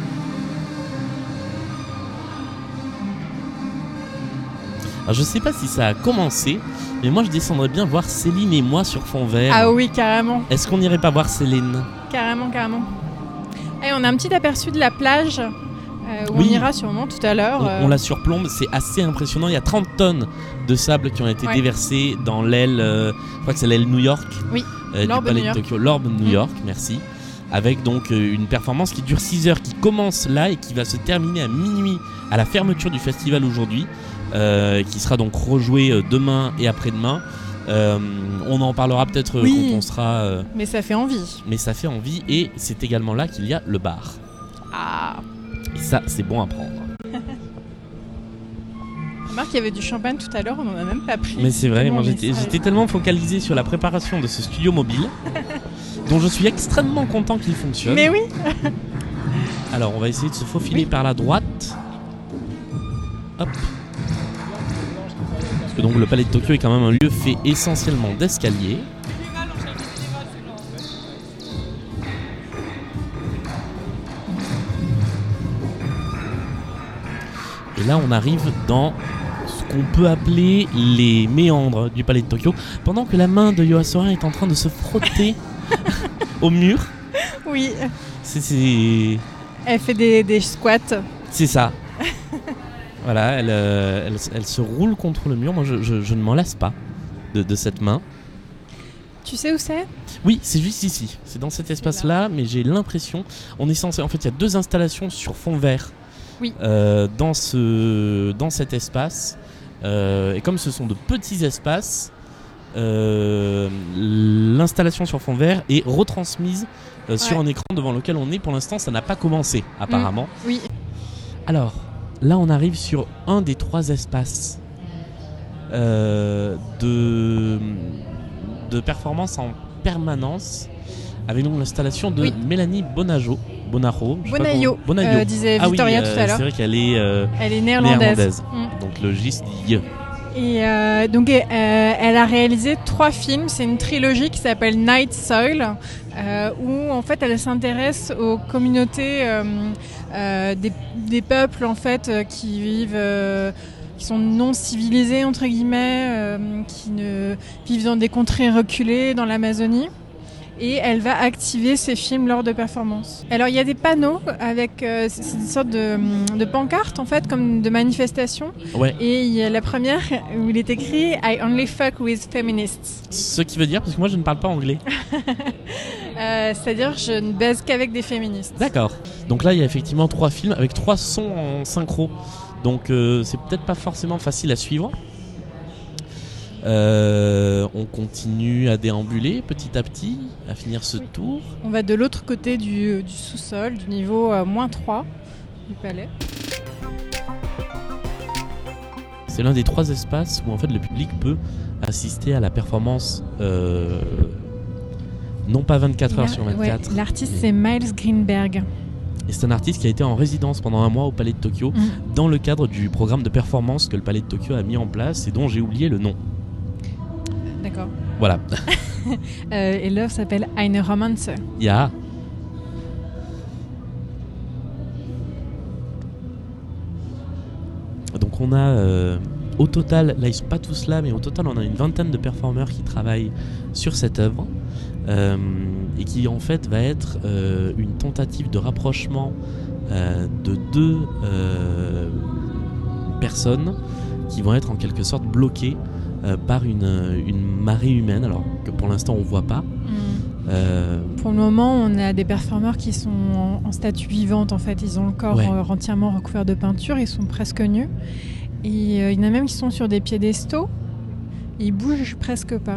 Alors, je sais pas si ça a commencé, mais moi je descendrais bien voir Céline et moi sur fond vert. Ah oui, carrément. Est-ce qu'on n'irait pas voir Céline ? Carrément, carrément. Et on a un petit aperçu de la plage euh, où oui. on ira sûrement tout à l'heure. On, euh... on la surplombe, c'est assez impressionnant. Il y a trente tonnes de sable qui ont été ouais. déversées dans l'aile, euh, je crois que c'est l'aile New York. Oui, euh, du Palais de Tokyo, l'Orbe New York, mmh. merci. Avec donc euh, une performance qui dure six heures, qui commence là et qui va se terminer à minuit à la fermeture du festival aujourd'hui, euh, qui sera donc rejouée euh, demain et après-demain. Euh, on en parlera peut-être oui, quand on sera. Euh, mais ça fait envie. Mais ça fait envie et c'est également là qu'il y a le bar. Ah. Et ça, c'est bon à prendre. Remarque qu'il y avait du champagne tout à l'heure, on n'en a même pas pris. Mais c'est vrai, moi j'étais, j'étais tellement focalisé sur la préparation de ce studio mobile, dont je suis extrêmement content qu'il fonctionne. Mais oui. Alors, on va essayer de se faufiler oui. par la droite. Hop. Parce que donc le Palais de Tokyo est quand même un lieu fait essentiellement d'escaliers. Et là, on arrive dans ce qu'on peut appeler les méandres du Palais de Tokyo, pendant que la main de Yoa Sora est en train de se frotter au mur. Oui. C'est, c'est... Elle fait des, des squats. C'est ça. Voilà, elle, euh, elle, elle se roule contre le mur. Moi, je, je, je ne m'en lasse pas de, de cette main. Tu sais où c'est ? Oui, c'est juste ici. C'est dans cet espace-là, mais j'ai l'impression... On est censé... En fait, il y a deux installations sur fond vert. Oui. Euh, dans, ce, dans cet espace. Euh, et comme ce sont de petits espaces, euh, l'installation sur fond vert est retransmise euh, ouais. sur un écran devant lequel on est. Pour l'instant, ça n'a pas commencé, apparemment. Mmh. Oui. Alors, là, on arrive sur un des trois espaces euh, de, de performance en permanence, avec donc l'installation de oui. Mélanie Bonajo. Bonajo, Bonajo, Bonajo. Euh, disait Victoria ah oui, tout à l'heure. C'est vrai qu'elle est, euh, elle est néerlandaise. néerlandaise. Mmh. Donc le J dit. Et euh, donc euh, elle a réalisé trois films. C'est une trilogie qui s'appelle Night Soil, euh, où en fait elle s'intéresse aux communautés euh, euh, des, des peuples en fait euh, qui vivent. Euh, qui sont non civilisés entre guillemets, euh, qui ne vivent dans des contrées reculées dans l'Amazonie. Et elle va activer ces films lors de performances. Alors il y a des panneaux avec euh, c'est une sorte de, de pancarte en fait, comme de manifestation. Ouais. Et il y a la première où il est écrit I only fuck with feminists. Ce qui veut dire, parce que moi je ne parle pas anglais. euh, c'est-à-dire je ne baise qu'avec des féministes. D'accord. Donc là il y a effectivement trois films avec trois sons en synchro. Donc euh, c'est peut-être pas forcément facile à suivre. Euh, on continue à déambuler petit à petit, à finir ce oui. tour. On va de l'autre côté du, du sous-sol, du niveau euh, moins trois du palais. C'est l'un des trois espaces où en fait le public peut assister à la performance, euh, non pas vingt-quatre heures sur vingt-quatre. Ouais, l'artiste mais... c'est Miles Greenberg. Et c'est un artiste qui a été en résidence pendant un mois au Palais de Tokyo, mmh. dans le cadre du programme de performance que le Palais de Tokyo a mis en place et dont j'ai oublié le nom. D'accord. Voilà. euh, et l'œuvre s'appelle Eine Romanze. Ya. Yeah. Donc on a euh, au total, là ils sont pas tous là, mais au total on a une vingtaine de performeurs qui travaillent sur cette œuvre euh, et qui en fait va être euh, une tentative de rapprochement euh, de deux euh, personnes qui vont être en quelque sorte bloquées Euh, par une, une marée humaine, alors que pour l'instant on voit pas. Mmh. Euh... Pour le moment, on a des performeurs qui sont en, en statue vivante. En fait, ils ont le corps ouais. euh, entièrement recouvert de peinture, ils sont presque nus. Et euh, il y en a même qui sont sur des piédestaux. Et ils bougent presque pas.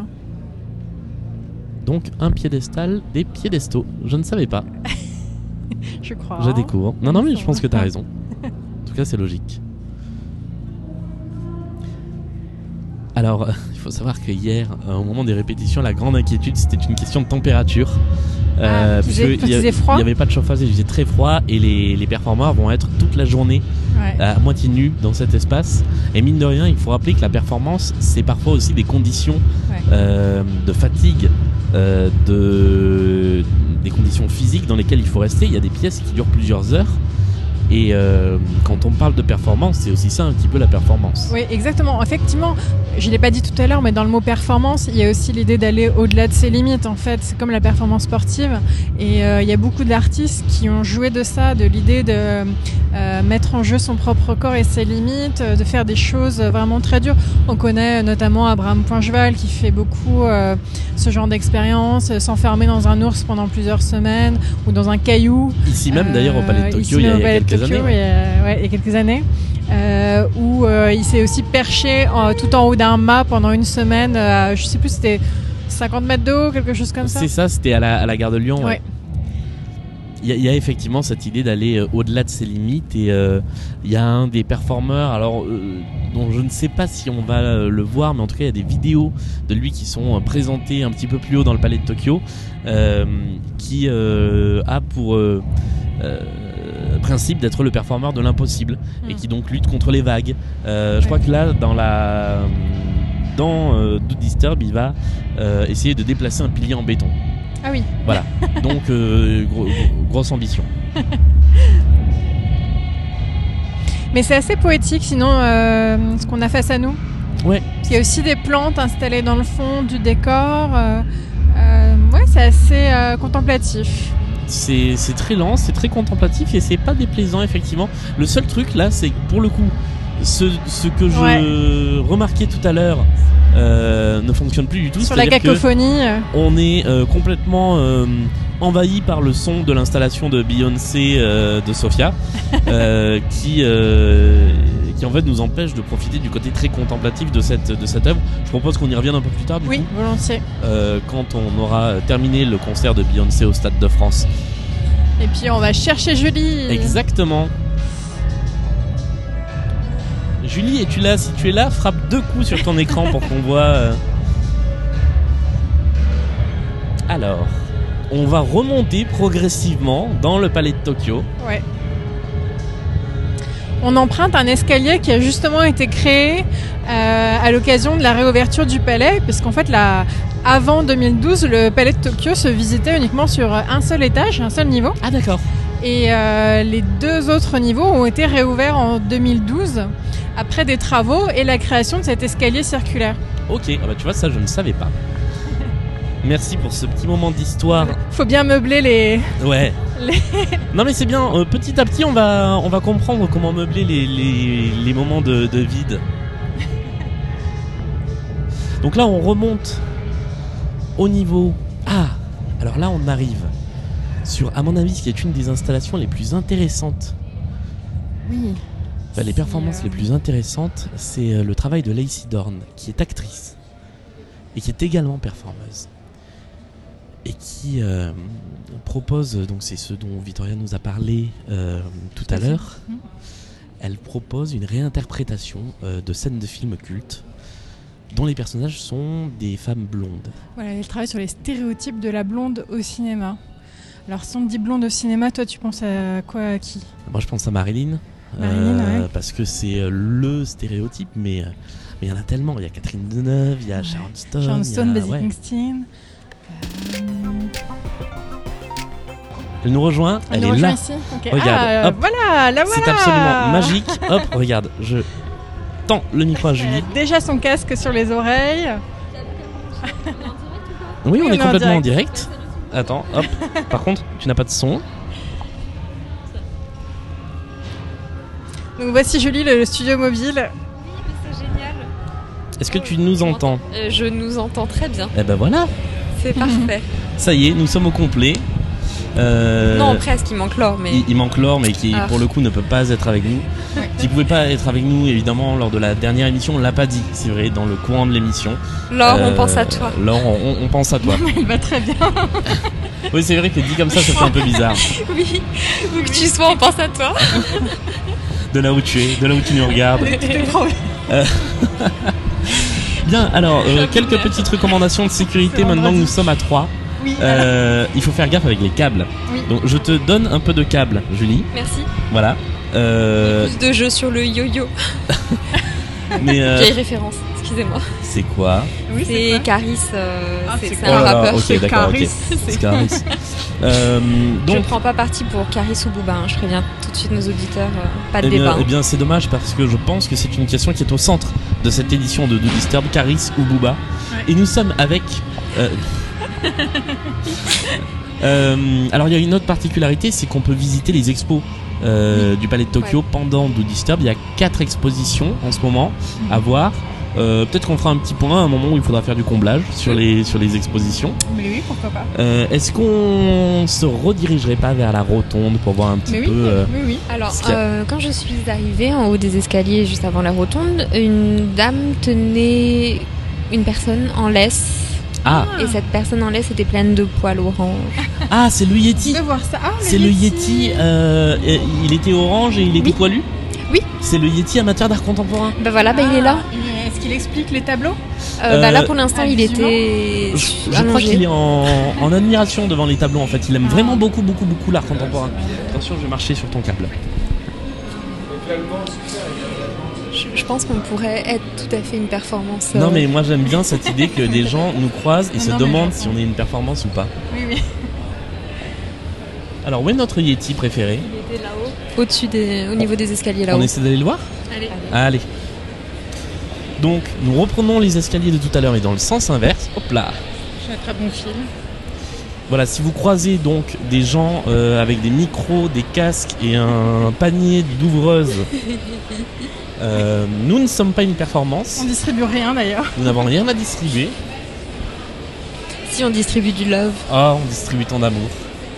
Donc un piédestal, des piédestaux. Je ne savais pas. Je crois. Je découvre. Non, non, mais je pense que tu as raison. En tout cas, c'est logique. Alors, il faut savoir que hier, euh, au moment des répétitions, la grande inquiétude, c'était une question de température. Euh, ah, parce qu'il n'y avait pas de chauffage, il faisait très froid et les, les performeurs vont être toute la journée ouais. à moitié nus dans cet espace. Et mine de rien, il faut rappeler que la performance, c'est parfois aussi des conditions ouais. euh, de fatigue, euh, de, des conditions physiques dans lesquelles il faut rester. Il y a des pièces qui durent plusieurs heures. Et euh, quand on parle de performance, c'est aussi ça un petit peu la performance. Oui, exactement. Effectivement, je ne l'ai pas dit tout à l'heure, mais dans le mot performance, il y a aussi l'idée d'aller au-delà de ses limites. En fait, c'est comme la performance sportive. Et euh, il y a beaucoup d'artistes qui ont joué de ça, de l'idée de euh, mettre en jeu son propre corps et ses limites, de faire des choses vraiment très dures. On connaît notamment Abraham Poincheval qui fait beaucoup euh, ce genre d'expérience, s'enfermer dans un ours pendant plusieurs semaines ou dans un caillou. Ici même, euh, d'ailleurs, au Palais de Tokyo, il y a, il y a quelques Tokyo, années. Il y a, ouais, il y a quelques années. Euh, où euh, il s'est aussi perché en, tout en haut d'un mât pendant une semaine, euh, je sais plus, c'était cinquante mètres de haut, quelque chose comme ça. C'est ça, c'était à la, à la gare de Lyon. Ouais. Ouais. Il y, a, il y a effectivement cette idée d'aller euh, au-delà de ses limites et euh, il y a un des performeurs, alors euh, dont je ne sais pas si on va euh, le voir, mais en tout cas il y a des vidéos de lui qui sont euh, présentées un petit peu plus haut dans le Palais de Tokyo, euh, qui euh, a pour euh, euh, principe d'être le performeur de l'impossible mmh. et qui donc lutte contre les vagues. Euh, je ouais. crois que là, dans la dans euh, Do Disturb, il va euh, essayer de déplacer un pilier en béton. Ah oui. Voilà. Donc euh, gros, gros, grosse ambition. Mais c'est assez poétique, sinon euh, ce qu'on a face à nous. Ouais. Il y a aussi des plantes installées dans le fond du décor. Euh, euh, ouais, c'est assez euh, contemplatif. C'est, c'est très lent, c'est très contemplatif et c'est pas déplaisant effectivement. Le seul truc là, c'est que pour le coup, ce, ce que je ouais. remarquais tout à l'heure euh, ne fonctionne plus du tout. Sur la cacophonie. On est euh, complètement euh, envahi par le son de l'installation de Beyoncé euh, de Sofia, euh, qui euh, qui en fait nous empêche de profiter du côté très contemplatif de cette de cette œuvre. Je propose qu'on y revienne un peu plus tard. Du oui, coup, volontiers. Euh, quand on aura terminé le concert de Beyoncé au Stade de France. Et puis on va chercher Julie. Exactement. Julie, es-tu là? Si tu es là, frappe deux coups sur ton écran pour qu'on voit. Euh... Alors, on va remonter progressivement dans le Palais de Tokyo. Ouais. On emprunte un escalier qui a justement été créé euh, à l'occasion de la réouverture du palais, parce qu'en fait, la... avant deux mille douze, le Palais de Tokyo se visitait uniquement sur un seul étage, un seul niveau. Ah d'accord. Et euh, les deux autres niveaux ont été réouverts en deux mille douze après des travaux et la création de cet escalier circulaire. Ok, ah bah tu vois, ça je ne savais pas. Merci pour ce petit moment d'histoire. Faut bien meubler les... Ouais. Les... Non mais c'est bien, euh, petit à petit on va, on va comprendre comment meubler les, les, les moments de, de vide. Donc là on remonte au niveau... Ah, alors là on arrive sur, à mon avis, ce qui est une des installations les plus intéressantes. Oui. Enfin, les performances euh... les plus intéressantes, c'est euh, le travail de Lacey Dorn, qui est actrice et qui est également performeuse. Et qui euh, propose, donc c'est ce dont Victoria nous a parlé euh, tout à l'heure, mmh. elle propose une réinterprétation euh, de scènes de films cultes dont les personnages sont des femmes blondes. Voilà, elle travaille sur les stéréotypes de la blonde au cinéma. Alors si on te dit blonde au cinéma, toi tu penses à quoi, à qui ? Moi je pense à Marilyn, Marilyn euh, ouais. parce que c'est le stéréotype, mais il y en a tellement. Il y a Catherine Deneuve, il y a ouais. Sharon Stone, Sharon Stone, Basie ouais. Kingston. Elle nous rejoint, elle, elle nous est rejoint là. Ici. Okay. Regarde, ah, hop. Voilà, là voilà. C'est absolument magique. Hop, regarde, je tends le micro à Julie. Elle a déjà son casque sur les oreilles. Oui, on, on est, est complètement en direct. en direct. Attends, hop. Par contre, tu n'as pas de son. Donc voici Julie, le, le studio mobile. Oui, c'est génial. Est-ce que tu nous entends ? euh, Je nous entends très bien. Eh ben voilà. C'est parfait. Ça y est, nous sommes au complet. Euh, non, presque, il manque Laure. Mais... Il, il manque Laure, mais qui, ah. pour le coup, ne peut pas être avec nous. Ouais. Qui ne pouvait pas être avec nous, évidemment, lors de la dernière émission. On ne l'a pas dit, c'est vrai, dans le courant de l'émission. Laure, euh, on pense à toi. Laure, on, on pense à toi. Il va très bien. Oui, c'est vrai que dit comme ça, ça fait un peu bizarre. Oui, où que tu sois, on pense à toi. De là où tu es, de là où tu nous regardes. euh... Bien, alors, euh, quelques petites recommandations de sécurité maintenant que nous sommes à trois. Oui. Euh, il faut faire gaffe avec les câbles. Oui. Donc je te donne un peu de câbles, Julie. Merci. Voilà. Euh... Plus de jeux sur le yo-yo. Mais euh... Vieille référence, excusez-moi. C'est quoi? Oui, C'est quoi Caris, euh, Ah, c'est c'est c'est Oh un là là, rappeur. ok, C'est d'accord, ok. Caris. C'est Caris. Euh, Je donc, prends pas parti pour Caris ou Booba, hein. Je préviens tout de suite nos auditeurs, euh, pas de eh bien, débat. eh bien, c'est dommage parce que je pense que c'est une question qui est au centre de cette édition de Do Disturb, Caris ou Booba. Ouais. Et nous sommes avec. Euh... euh, alors, il y a une autre particularité, c'est qu'on peut visiter les expos euh, du Palais de Tokyo Ouais. pendant Do Disturb. Il y a quatre expositions en ce moment à voir. Euh, peut-être qu'on fera un petit point à un moment où il faudra faire du comblage sur les, sur les expositions. Mais oui, pourquoi pas. Euh, est-ce qu'on se redirigerait pas vers la rotonde pour voir un petit Mais oui, peu euh, oui, oui. Alors, ce qu'il y a- euh, quand je suis arrivée en haut des escaliers juste avant la rotonde, une dame tenait une personne en laisse. Ah, Et cette personne en laisse était pleine de poils orange. ah c'est le Yeti. De voir ça. Ah, C'est le Yeti. euh, et il était orange et il était Oui. poilu. Oui. C'est le Yeti amateur d'art contemporain. Bah voilà, bah il est là. Et Est-ce qu'il explique les tableaux? Euh, bah Euh, là pour l'instant il visuellement. était Je, je crois allongé. qu'il est en, en admiration devant les tableaux en fait. Il aime Ah. vraiment beaucoup, beaucoup, beaucoup l'art contemporain. Attention, je vais marcher sur ton câble. Je, je pense qu'on pourrait être tout à fait une performance. euh, Non, mais moi j'aime bien cette idée que des gens nous croisent et Non, se non, mais demandent je si on est une performance ou pas. Oui, oui. Alors, où est notre Yeti préféré? Il était là-haut. Au-dessus des, au niveau des escaliers On là-haut. essaie d'aller le voir? Allez. Allez. Donc, nous reprenons les escaliers de tout à l'heure et dans le sens inverse. Hop là. J'ai un très bon film. Voilà, si vous croisez donc des gens euh, avec des micros, des casques et un panier d'ouvreuses, euh, nous ne sommes pas une performance. On distribue rien d'ailleurs. Nous n'avons rien à distribuer. Si on distribue du love. Oh, on distribue tant d'amour.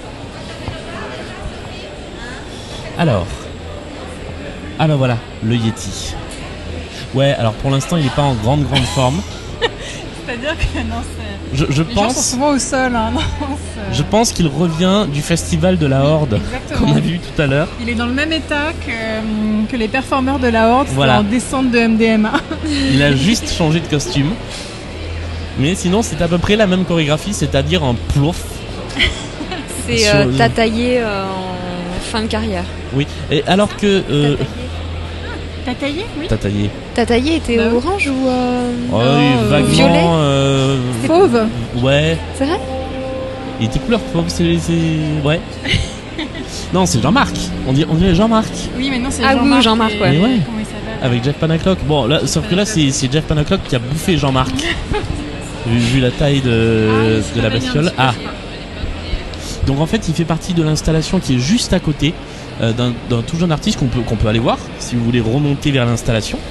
Alors. Ah bah voilà, le Yeti. Ouais, alors pour l'instant, il n'est pas en grande, grande forme. C'est-à-dire que non, c'est. Je, je Les gens sont pense, souvent au sol. Hein. Non, c'est- je pense qu'il revient du festival de la Horde Exactement. qu'on a vu tout à l'heure. Il est dans le même état que, euh, que les performeurs de la Horde, c'est Voilà. en descente de M D M A. Il a juste changé de costume. Mais sinon, c'est à peu près la même chorégraphie, c'est-à-dire un plouf. C'est Sur- euh, t'as taillé euh, en fin de carrière. Oui. Et alors que. euh, T'as taillé? Oui. T'as taillé. T'as taillé était Bah oui. orange ou euh, Oh, Non, oui, euh, vaguement. violet euh, Fauve. Ouais. C'est vrai? Il était couleur fauve, c'est. c'est- Ouais. Non, c'est Jean-Marc. On dirait, on dirait Jean-Marc. Oui, mais non, c'est Ah oui, Jean-Marc. Jean-Marc, et- ouais. Mais ouais. Comment il s'appelle? Avec Jeff Panaclock. Bon, là, sauf que là, c'est c'est Jeff Panaclock qui a bouffé Jean-Marc. vu, vu la taille de, Ah, il se de la réveille un bestiole. petit peu, Ah. je crois. Donc en fait, il fait partie de l'installation qui est juste à côté euh, d'un d'un tout jeune artiste qu'on peut, qu'on peut aller voir si vous voulez remonter vers l'installation.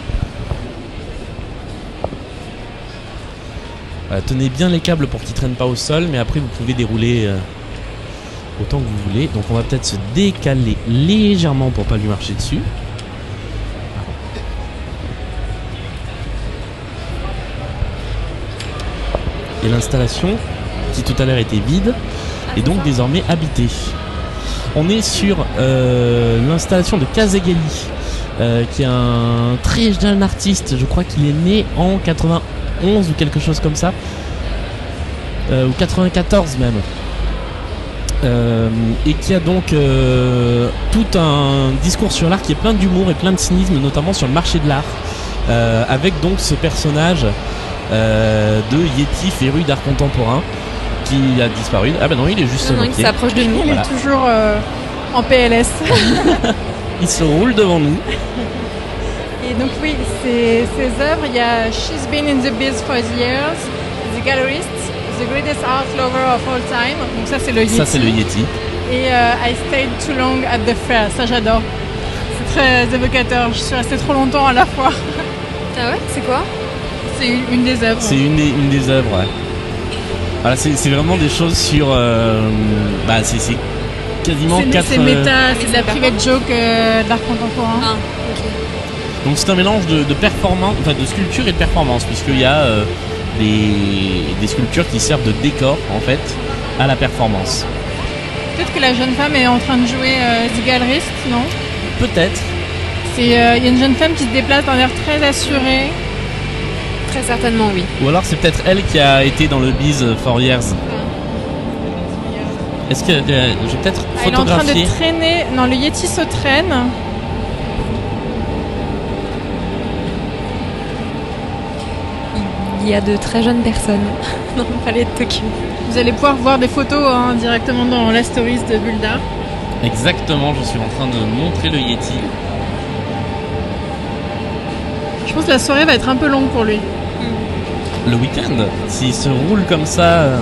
Voilà, tenez bien les câbles pour qu'ils traînent pas au sol, mais après vous pouvez dérouler euh, autant que vous voulez. Donc on va peut-être se décaler légèrement pour pas lui marcher dessus. Et l'installation, qui tout à l'heure était vide, est donc désormais habitée. On est sur euh, l'installation de Kazegali, euh, qui est un très jeune artiste. Je crois qu'il est né en quatre-vingt-onze ou quelque chose comme ça, euh, ou quatre-vingt-quatorze même. Euh, et qui a donc euh, tout un discours sur l'art qui est plein d'humour et plein de cynisme, notamment sur le marché de l'art, euh, avec donc ce personnage euh, de Yeti féru d'art contemporain qui a disparu. Ah bah non, il est juste Non, non, il bloqué. s'approche de nous. Il Voilà. est toujours euh, en P L S. Il se roule devant nous. Et donc oui, ces, ces œuvres, il y a She's Been in the Biz for Years, The Gallerist, The Greatest Art Lover of All Time. Donc ça c'est le Yeti. Ça c'est le Yeti. Et euh, I Stayed Too Long at the Fair. Ça j'adore. C'est très évocateur. Je suis restée trop longtemps à la fois. Ah ouais, c'est quoi? C'est une, une des œuvres. C'est une des, une des œuvres. Ouais. Voilà, c'est, c'est vraiment des choses sur. euh, bah, c'est, c'est quasiment C'est, quatre. c'est euh, méta, c'est de la private joke euh, de l'art contemporain. Ah, ok. donc c'est un mélange de, de performance, enfin de sculpture et de performance, puisqu'il y a euh, des, des sculptures qui servent de décor en fait à la performance. Peut-être que la jeune femme est en train de jouer euh, The Gallerist, non? Peut-être. C'est, euh, il y a une jeune femme qui se déplace d'un air très assuré. Très Très certainement, oui. Ou alors c'est peut-être elle qui a été dans le biz for years. Est-ce que euh, je vais peut-être ah, il est en train de traîner. Non, le Yeti se traîne. Il y a de très jeunes personnes dans le palais de Tokyo. Vous allez pouvoir voir des photos hein, directement dans la stories de Bulda. Exactement, je suis en train de montrer le Yeti. Je pense que la soirée va être un peu longue pour lui. Le week-end, s'il se roule comme ça... Euh...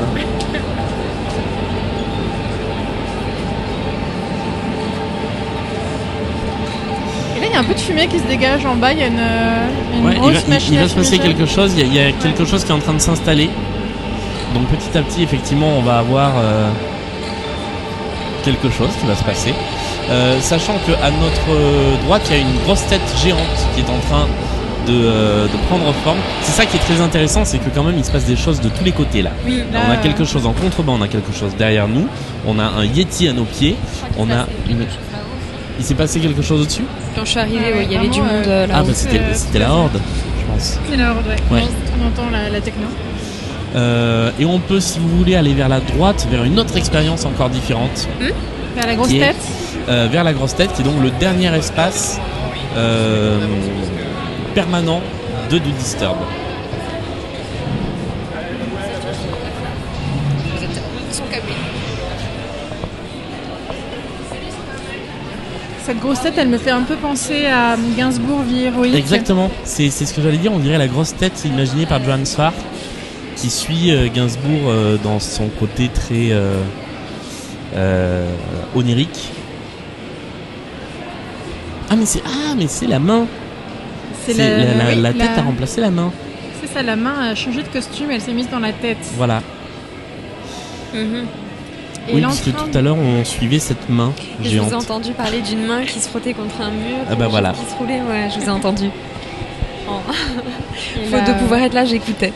Et là, il y a un peu de fumée qui se dégage en bas. Il y a une, une ouais, grosse il va, machine. Il, il va se passer quelque chose. Il y a, il y a quelque chose qui est en train de s'installer. Donc petit à petit, effectivement, on va avoir euh, quelque chose qui va se passer. Euh, sachant qu'à notre droite, il y a une grosse tête géante qui est en train de, euh, de prendre forme. C'est ça qui est très intéressant, c'est que quand même, il se passe des choses de tous les côtés là. Oui, là on a quelque chose en contrebas, on a quelque chose derrière nous. On a un Yeti à nos pieds. On a une... Il s'est passé quelque chose au-dessus ? Quand je suis arrivée, ah, ouais, il y avait du monde euh, là. Ah bah c'était, c'était la horde, je pense. C'est la horde, ouais. ouais. On entend la, la techno. Euh, et on peut, si vous voulez, aller vers la droite, vers une autre expérience encore différente. Mmh. Vers la grosse tête est, euh, Vers la grosse tête, qui est donc le dernier espace euh, permanent de Do Disturb. Cette grosse tête, elle me fait un peu penser à Gainsbourg, vie héroïque. Exactement, c'est, c'est ce que j'allais dire, on dirait la grosse tête imaginée par Johann Sfar, qui suit euh, Gainsbourg euh, dans son côté très euh, euh, onirique. Ah mais c'est ah mais c'est la main. C'est, c'est la, la, la, oui, la tête la... a remplacé la main. C'est ça, la main a changé de costume, elle s'est mise dans la tête. Voilà. Mm-hmm. Et oui, parce que tout à l'heure on suivait cette main et géante. Je vous ai entendu parler d'une main qui se frottait contre un mur. Ah bah voilà. Qui se roulait, ouais, je vous ai entendu. Oh. Faute de pouvoir être là, j'écoutais.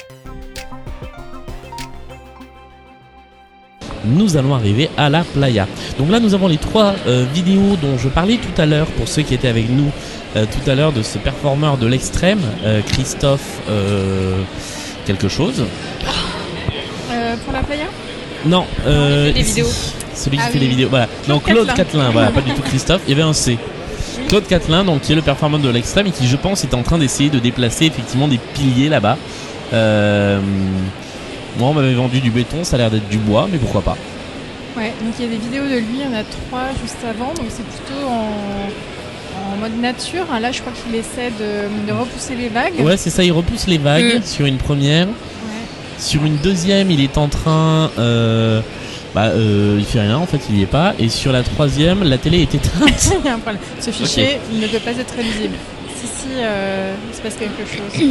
Nous allons arriver à la playa. Donc là nous avons les trois euh, vidéos dont je parlais tout à l'heure pour ceux qui étaient avec nous euh, tout à l'heure de ce performeur de l'extrême, euh, Christophe euh, quelque chose. Euh, pour la playa ? Non, euh, il fait des vidéos. Celui qui ah fait oui. les vidéos. Voilà. Donc Claude Catelin, voilà, pas du tout Christophe. Il y avait un C. Oui. Claude Catelin, donc qui est le performeur de l'extrême et qui, je pense, est en train d'essayer de déplacer effectivement des piliers là-bas. Euh, moi, on m'avait vendu du béton, ça a l'air d'être du bois, mais pourquoi pas. Ouais. Donc il y a des vidéos de lui, il y en a trois juste avant, donc c'est plutôt en, en mode nature. Là, je crois qu'il essaie de, de repousser les vagues. Ouais, c'est ça. Il repousse les vagues mmh. sur une première. Sur une deuxième, il est en train... Euh, bah, euh, il fait rien, en fait, il y est pas. Et sur la troisième, la télé est éteinte. Il y a un problème. Ce fichier okay. il ne peut pas être lisible. Si, si, euh, il se passe quelque chose.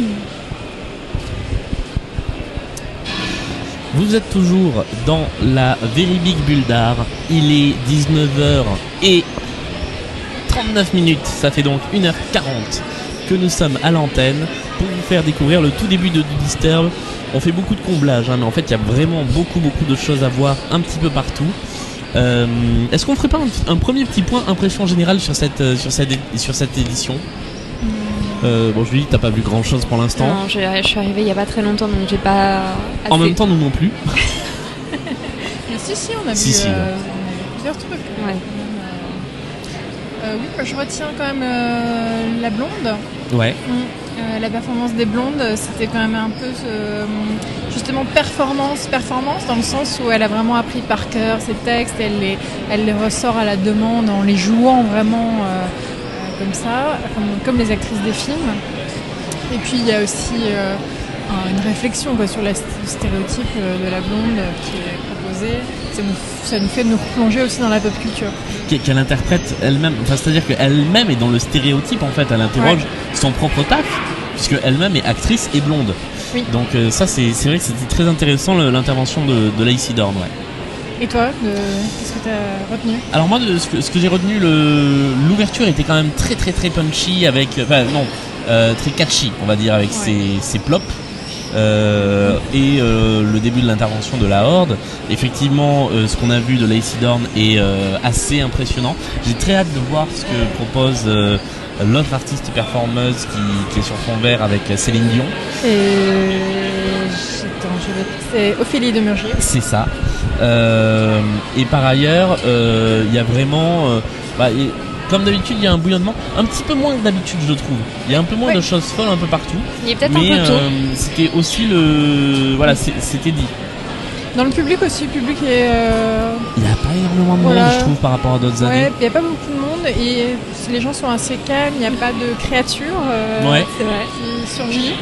Vous êtes toujours dans la Very Big Bulle d'Art. Il est dix-neuf heures et trente-neuf minutes. Ça fait donc une heure quarante que nous sommes à l'antenne pour vous faire découvrir le tout début de Do Disturb. On fait beaucoup de comblage, hein, mais en fait il y a vraiment beaucoup beaucoup de choses à voir un petit peu partout. Euh, est-ce qu'on ferait pas un, un premier petit point impression générale sur cette, euh, sur cette, sur cette édition ? euh, Bon, je lui dis, t'as pas vu grand chose pour l'instant. Non, je, je suis arrivée il y a pas très longtemps donc j'ai pas. Assez... En même temps, nous non plus. Mais si, si, on a si, vu si, euh, ouais. plusieurs trucs. Ouais. Euh, oui, moi, je retiens quand même euh, la blonde. Ouais. Mmh. Euh, la performance des blondes, c'était quand même un peu euh, justement performance, performance dans le sens où elle a vraiment appris par cœur ses textes, elle les, elle les ressort à la demande en les jouant vraiment euh, euh, comme ça, comme, comme les actrices des films. Et puis il y a aussi euh, une réflexion quoi, sur le stéréotype de la blonde qui est proposée. Ça nous, ça nous fait nous replonger aussi dans la pop culture. Qu'elle interprète elle-même, enfin, c'est-à-dire qu'elle-même est dans le stéréotype en fait, elle interroge ouais. son propre taf, puisque elle-même est actrice et blonde. Oui. Donc euh, ça c'est, c'est vrai que c'était très intéressant le, l'intervention de, de Lacey Dorn. Ouais. Et toi, de, qu'est-ce que tu as retenu ? Alors moi, de, ce, que, ce que j'ai retenu, le, l'ouverture était quand même très très très punchy, avec, enfin non, euh, très catchy on va dire, avec ouais. ses, ses plops. Euh, et euh, le début de l'intervention de la Horde, effectivement euh, ce qu'on a vu de Lacey Dorn est euh, assez impressionnant. J'ai très hâte de voir ce que propose euh, l'autre artiste performeuse qui, qui est sur fond vert avec Céline Dion. Et... Attends, je vais... c'est Ophélie de Murger. C'est ça. Euh, et par ailleurs, il euh, y a vraiment... Euh, bah, et, comme d'habitude, il y a un bouillonnement un petit peu moins que d'habitude, je trouve. Il y a un peu moins oui. de choses folles un peu partout. Il est peut-être mais, un peu tôt. Euh, c'était aussi le... Voilà, c'était dit. Dans le public aussi, le public est... Euh... Il n'y a pas énormément de voilà. monde, je trouve, par rapport à d'autres ouais, années. Il n'y a pas beaucoup de monde et les gens sont assez calmes, il n'y a pas de créatures euh, ouais. c'est vrai. qui surgit.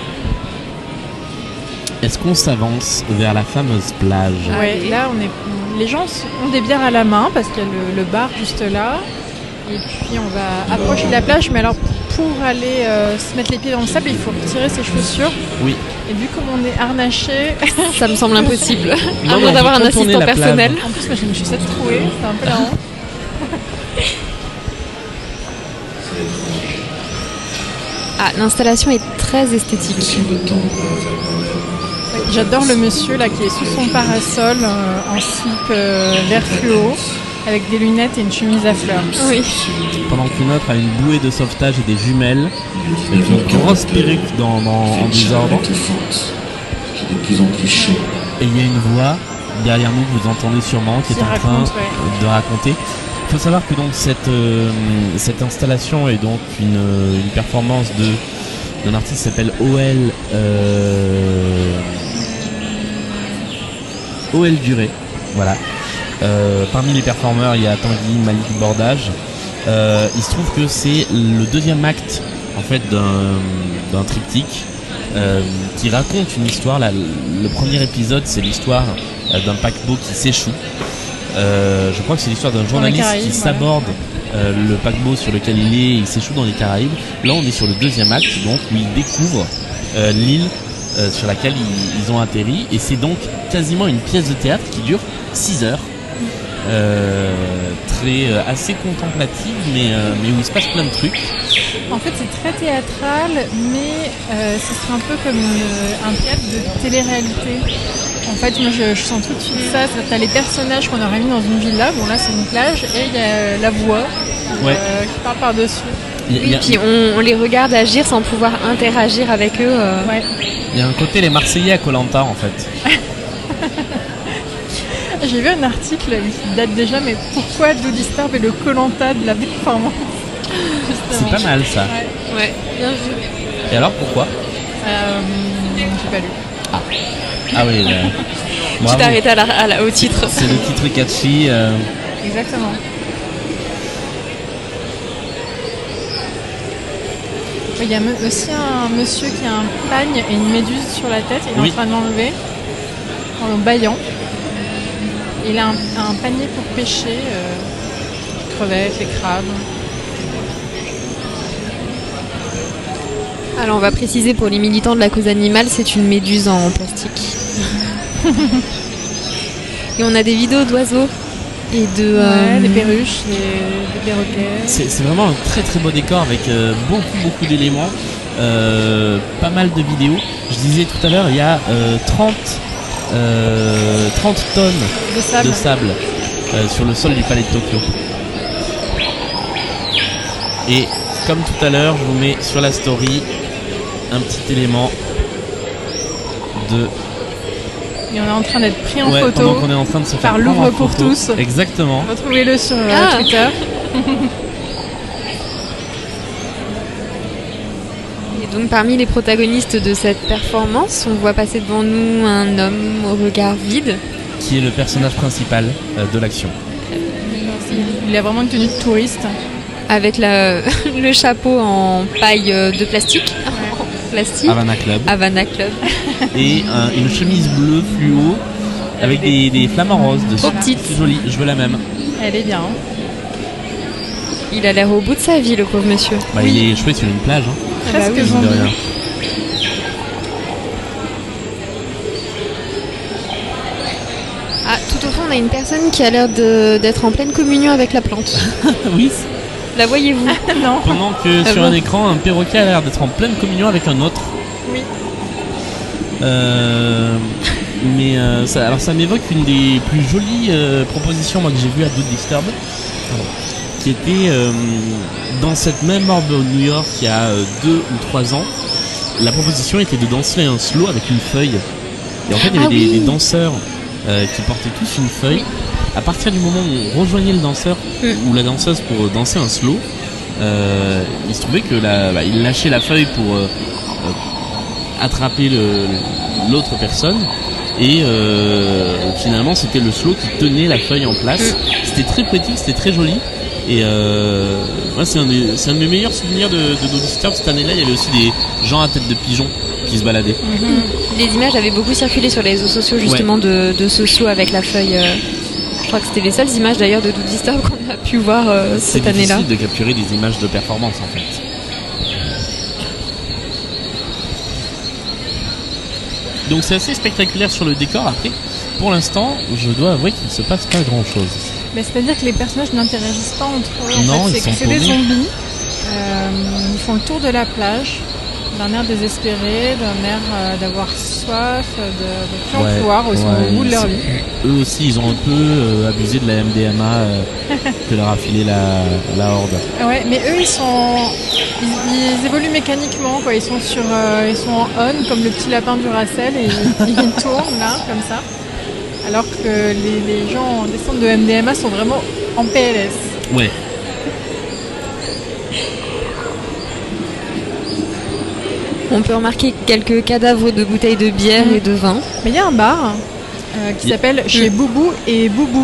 Est-ce qu'on s'avance vers la fameuse plage? Oui, là, on est... les gens ont des bières à la main parce qu'il y a le, le bar juste là. Et puis on va approcher de la plage, mais alors pour aller euh, se mettre les pieds dans le sable, il faut retirer ses chaussures. Oui. Et vu comme on est harnaché, ça me semble impossible. Non, à moins d'avoir un assistant personnel. En plus, moi j'ai une chaussette trouée, c'est un peu marrant. Ah, l'installation est très esthétique. Oui, j'adore le monsieur là qui est sous son parasol euh, en slip euh, vert fluo. Avec des lunettes et une chemise à fleurs. Oui. Pendant qu'une autre a une bouée de sauvetage et des jumelles, avec une grosse perruque dans, dans, en désordre. Et il y a une voix derrière nous que vous entendez sûrement qui est en train raconte, ouais. de raconter. Il faut savoir que donc cette, euh, cette installation est donc une, une performance de d'un artiste qui s'appelle O L euh, O L Duré. Voilà. Euh, parmi les performeurs, il y a Tanguy Malik Bordage. Euh, il se trouve que c'est le deuxième acte en fait d'un, d'un triptyque euh, qui raconte une histoire. Là, le premier épisode, c'est l'histoire euh, d'un paquebot qui s'échoue. Euh, je crois que c'est l'histoire d'un journaliste Caraïbes, qui saborde euh, le paquebot sur lequel il est et il s'échoue dans les Caraïbes. Là, on est sur le deuxième acte, donc où il découvre euh, l'île euh, sur laquelle ils, ils ont atterri. Et c'est donc quasiment une pièce de théâtre qui dure six heures. Euh, très euh, assez contemplative mais, euh, mais où il se passe plein de trucs. En fait c'est très théâtral mais euh, ce serait un peu comme une, un théâtre de télé-réalité. En fait moi je, je sens tout de suite ça, t'as les personnages qu'on aurait mis dans une villa, bon là c'est une plage et il y a la voix ouais. euh, qui parle par-dessus. Oui, oui, puis on, on les regarde agir sans pouvoir interagir avec eux. Euh... Ouais. Il y a un côté les Marseillais à Koh-Lanta en fait. J'ai vu un article qui date déjà, mais pourquoi Do Disturb est le Koh-Lanta de la performance? C'est pas mal ça. Ouais, ouais. Bien vu. Et alors pourquoi euh, J'ai pas lu. Ah, ah oui. Tu t'es arrêté à la, à la, au titre. C'est le titre catchy. Euh... Exactement. Il y a aussi un monsieur qui a un pagne et une méduse sur la tête. Il est oui. en train de l'enlever en baillant. Il a un, un panier pour pêcher, euh, crevettes, les crabes. Alors on va préciser pour les militants de la cause animale, c'est une méduse en plastique. Et on a des vidéos d'oiseaux et de... Ouais, euh... des perruches, des, des perroquets. C'est, c'est vraiment un très très beau décor avec euh, beaucoup beaucoup d'éléments, euh, pas mal de vidéos. Je disais tout à l'heure, il y a euh, trente... Euh, trente tonnes de sable, de sable euh, sur le sol du palais de Tokyo. Et comme tout à l'heure, je vous mets sur la story un petit élément de... Et on est en train d'être pris en ouais, photo pendant qu'on est en train de se faire par Louvre pour tous. Exactement. Retrouvez-le sur euh, ah. Twitter. Donc parmi les protagonistes de cette performance, on voit passer devant nous un homme au regard vide. Qui est le personnage principal euh, de l'action. Il a vraiment une tenue de touriste. Avec la, le chapeau en paille de plastique. Ouais. plastique. Havana Club. Havana Club. Et euh, une chemise bleue fluo avec des, des flamants roses dessus. Trop petite. C'est joli, je veux la même. Elle est bien. Hein. Il a l'air au bout de sa vie, le pauvre monsieur. Bah, oui. Il est chouette sur une plage. Hein. Presque bah, oui, zombie. Ah, tout au fond, on a une personne qui a l'air de, d'être en pleine communion avec la plante. Oui. La voyez-vous? Non. Pendant que ah sur bon. un écran, un perroquet a l'air d'être en pleine communion avec un autre. Oui. Euh, mais euh, ça, alors ça m'évoque une des plus jolies euh, propositions moi, que j'ai vues à Do Disturb. Pardon. qui était euh, dans cette même orbe de New York il y a euh, deux ou trois ans. La proposition était de danser un slow avec une feuille. Et en fait, il y avait ah, des, oui. des danseurs euh, qui portaient tous une feuille. Oui. À partir du moment où on rejoignait le danseur mm. ou la danseuse pour danser un slow, euh, il se trouvait que la, bah, il lâchait la feuille pour euh, euh, attraper le, l'autre personne. Et euh, finalement, c'était le slow qui tenait la feuille en place. Mm. C'était très poétique, c'était très joli. Et euh, moi, c'est un, des, c'est un de mes meilleurs souvenirs de, de Doggy Disturb. Cette année-là, il y avait aussi des gens à tête de pigeon qui se baladaient. Mm-hmm. Les images avaient beaucoup circulé sur les réseaux sociaux justement ouais. de, de ce saut avec la feuille. Euh, je crois que c'était les seules images d'ailleurs de Doggy Disturb qu'on a pu voir euh, cette année-là. C'est difficile de capturer des images de performance en fait. Donc c'est assez spectaculaire sur le décor. Après, pour l'instant, je dois avouer qu'il ne se passe pas grand-chose. Mais c'est-à-dire que les personnages n'interagissent pas entre eux. Non, en fait, ils c'est, sont c'est des zombies. Euh, ils font le tour de la plage, d'un air désespéré, d'un air euh, d'avoir soif, de, de plus en pouvoir, ils sont ouais, au bout de leur vie. Eux aussi, ils ont un peu euh, abusé de la M D M A euh, que leur a filé la, la horde. Ouais, mais eux, ils sont, ils, ils évoluent mécaniquement, quoi. Ils sont sur, euh, ils sont en on comme le petit lapin du Racel et ils, ils tournent là, comme ça. Alors que les, les gens en descente de M D M A sont vraiment en P L S. Ouais. On peut remarquer quelques cadavres de bouteilles de bière mmh. et de vin. Mais il y a un bar euh, qui s'appelle mmh. Chez Boubou et Boubou.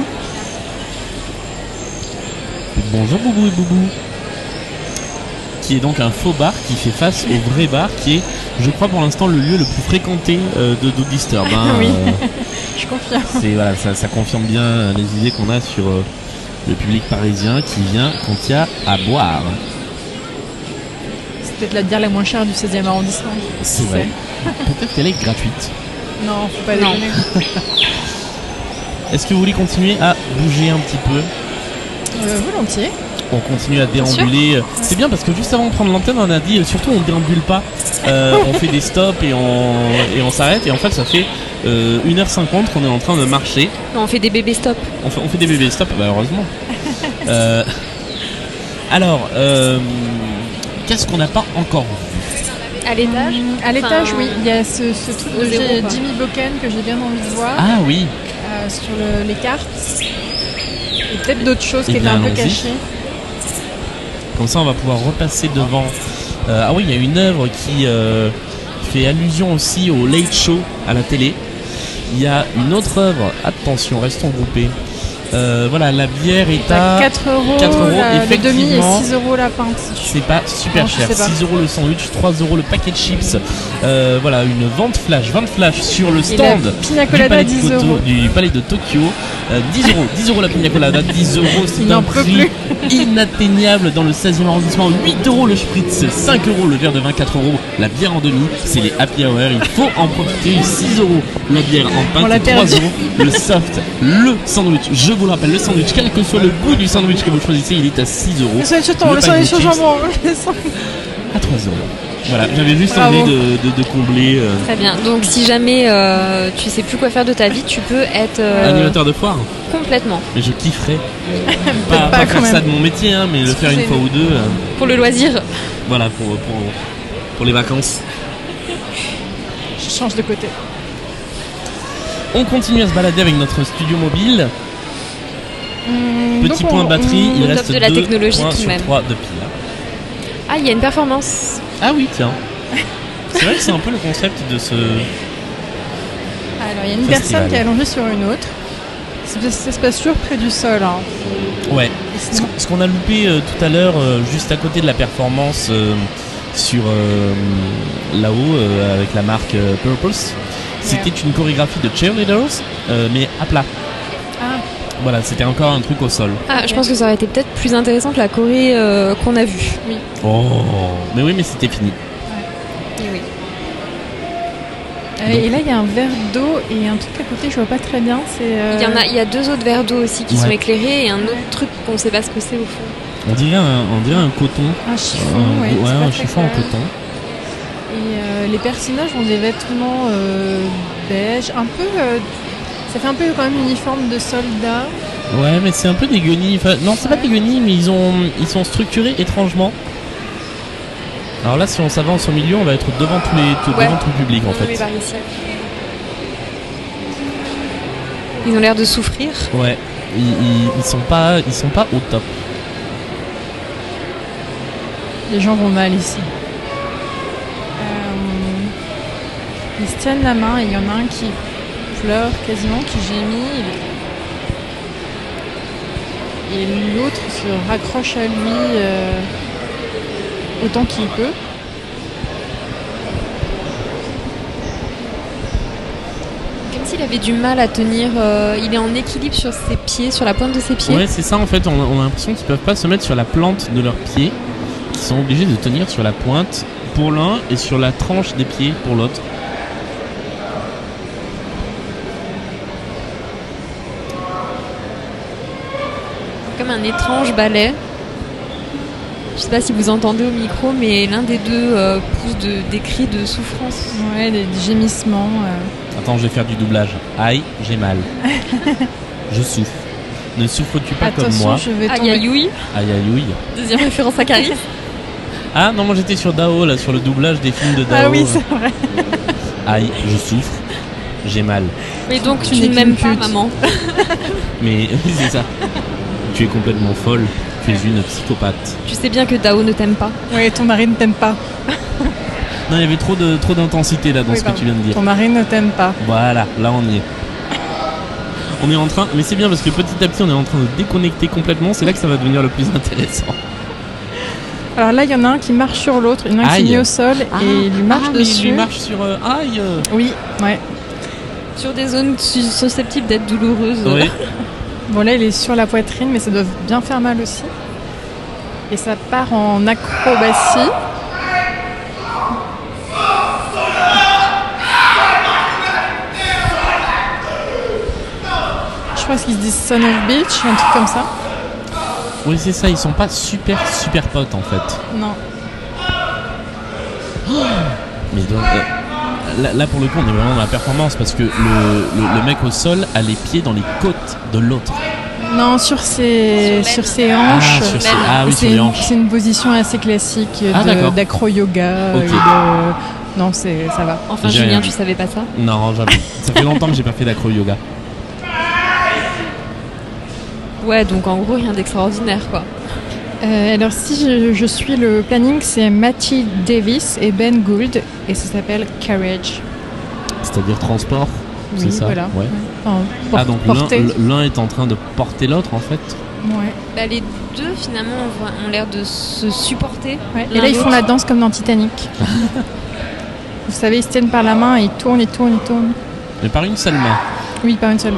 Bonjour Boubou et Boubou. Qui est donc un faux bar qui fait face au vrai bar qui est, je crois pour l'instant, le lieu le plus fréquenté euh, de Doggy Disturb. Hein, oui, euh, je confirme. C'est, voilà, ça, ça confirme bien les idées qu'on a sur euh, le public parisien qui vient quand il y a à boire. C'est peut-être la bière la moins chère du seizième arrondissement. C'est vrai. Peut-être qu'elle est gratuite. Non, faut pas déconner. Est-ce que vous voulez continuer à bouger un petit peu ? euh, Volontiers. On continue à déambuler. C'est bien parce que juste avant de prendre l'antenne, on a dit surtout on déambule pas. Euh, on fait des stops et on, et on s'arrête. Et en fait, ça fait euh, une heure cinquante qu'on est en train de marcher. On fait des bébés stops. On fait, on fait des bébés stops, bah, heureusement. euh, alors, euh, qu'est-ce qu'on n'a pas encore vu ? À l'étage À l'étage, enfin, oui. Il y a ce, ce truc de zéro, Jimmy Boken que j'ai bien envie de voir. Ah oui. Euh, sur le, les cartes. Et peut-être d'autres choses et qui étaient un peu cachées. Comme ça, on va pouvoir repasser devant. Euh, ah oui, il y a une œuvre qui euh, fait allusion aussi au Late Show à la télé. Il y a une autre œuvre. Attention, restons groupés. Euh, voilà, la bière est à quatre euros, quatre euros la, le demi et six euros la pinte. C'est pas super non, cher. Pas. six euros le sandwich, trois euros le paquet de chips. Euh, voilà, une vente flash, vente flash sur le stand du palais, de Koto, du palais de Tokyo. Euh, dix euros, dix euros la pina colada, dix euros, c'est Il un prix inatteignable dans le seizième arrondissement. huit euros le spritz, cinq euros le verre de vin, quatre euros la bière en demi. C'est les happy hour, il faut en profiter. six euros la bière en pinte, trois euros le soft, le sandwich. Je vous le rappelle, le sandwich, quel que soit le goût du sandwich que vous choisissez, il est à six euros. Le sandwich au le sandwich au jambon, à trois euros. Voilà, j'avais juste Bravo. envie de, de, de combler. Euh... Très bien. Donc, si jamais euh, tu sais plus quoi faire de ta vie, tu peux être euh... animateur de foire. Complètement. Mais je kifferais. pas pas, pas faire même. ça de mon métier, hein, mais le faire une fois ou deux. Euh... Pour le loisir. Voilà, pour, pour, pour les vacances. Je change de côté. On continue à se balader avec notre studio mobile. Mmh, Petit point on, batterie, on, il reste de la deux technologie points tout sur même. trois de pile. Ah, il y a une performance. Ah oui, tiens. C'est vrai que c'est un peu le concept de ce... Alors, il y a une festival. personne qui est allongée sur une autre. Ça se passe toujours près du sol. Hein. Ouais. Ce, ce qu'on a loupé euh, tout à l'heure, euh, juste à côté de la performance euh, sur euh, là-haut, euh, avec la marque euh, Purpose, c'était ouais. une chorégraphie de cheerleaders, euh, mais à plat. Ah. Voilà, c'était encore un truc au sol. Ah, okay. Je pense que ça aurait été peut-être plus intéressant que la choré euh, qu'on a vue. Oui. Oh, mais oui, mais c'était fini. Ouais. Et oui. Euh, et là, il y a un verre d'eau et un truc à côté, je vois pas très bien. C'est. Euh... Il y en a, il y a deux autres verres d'eau aussi qui ouais. sont éclairés et un autre truc qu'on ne sait pas ce que c'est au fond. On dirait un, on dirait un coton. Un chiffon, un, ouais. Ouais, un chiffon en coton. Et euh, les personnages ont des vêtements euh, beige, un peu. Euh, Ça fait un peu quand même uniforme de soldat. Ouais, mais c'est un peu des guenilles. Enfin, non, c'est ouais. pas des guenilles, mais ils ont, ils sont structurés étrangement. Alors là, si on s'avance au milieu, on va être devant tous les, tout, ouais. devant tout le public en fait. Ils ont l'air de souffrir. Ouais, ils, ils, ils sont pas, ils sont pas au top. Les gens vont mal ici. Euh, ils se tiennent la main et il y en a un qui pleure quasiment, qui gémit. Et l'autre se raccroche à lui euh, autant qu'il peut. Comme s'il avait du mal à tenir. Euh, il est en équilibre sur ses pieds, sur la pointe de ses pieds. Ouais, c'est ça en fait. On a, on a l'impression qu'ils peuvent pas se mettre sur la plante de leurs pieds. Ils sont obligés de tenir sur la pointe pour l'un et sur la tranche des pieds pour l'autre. Comme un étrange ballet. Je sais pas si vous entendez au micro, mais l'un des deux euh, pousse de, des cris de souffrance. Ouais, des, des gémissements. Euh... Attends, je vais faire du doublage. Aïe, j'ai mal. Je souffre. Ne souffres-tu pas Attention, comme moi? Je vais tomber. Aïe aïe ouille. Aïe aïe ouille. Deuxième référence à Caris. Ah non, moi j'étais sur Dao, là, sur le doublage des films de Dao. Ah oui, c'est vrai. Aïe, je souffre. J'ai mal. Mais donc tu ne m'aimes pas, maman. Mais oui, c'est ça. Tu es complètement folle. Tu es une psychopathe. Tu sais bien que Dao ne t'aime pas. Oui, ton mari ne t'aime pas. Non, il y avait trop, de, trop d'intensité là dans oui, ce pardon. que tu viens de dire. Ton mari ne t'aime pas. Voilà, là on y est. On est en train, mais c'est bien parce que petit à petit on est en train de déconnecter complètement. C'est là que ça va devenir le plus intéressant. Alors là, il y en a un qui marche sur l'autre, il y en a un qui est mis au sol ah, et il lui marche ah, dessus. Mais il lui marche sur euh, aïe. Oui, ouais. Sur des zones susceptibles d'être douloureuses. Oui. Bon là il est sur la poitrine mais ça doit bien faire mal aussi. Et ça part en acrobatie. Je crois qu'ils se disent son of bitch, un truc comme ça. Oui c'est ça, ils sont pas super super potes en fait. Non. Oh mais donc, euh, là, là pour le coup on est vraiment dans la performance parce que le, le, le mec au sol a les pieds dans les côtes de l'autre. Non, sur ses, sur ses hanches. Ah, sur ses, ah oui, sur les hanches. C'est une position assez classique de, ah, d'acro-yoga. Okay. De... Non, c'est, ça va. Enfin, j'ai Julien, rien. Tu savais pas ça? Non, j'avoue. Ça fait longtemps que j'ai pas fait d'acro-yoga. Ouais, donc en gros, rien d'extraordinaire, quoi. Euh, alors, si je, je suis le planning, c'est Matty Davis et Ben Gould, et ça s'appelle Carriage. C'est-à-dire transport? Oui, c'est ça. Voilà. Ouais. Enfin, por- ah donc l'un, l'un est en train de porter l'autre en fait. Ouais. Bah, les deux finalement ont l'air de se supporter. Ouais. Et là ils font la danse comme dans Titanic. Vous savez, ils se tiennent par la main et ils tournent, ils tournent, ils tournent. Mais par une seule main. Oui, par une seule main.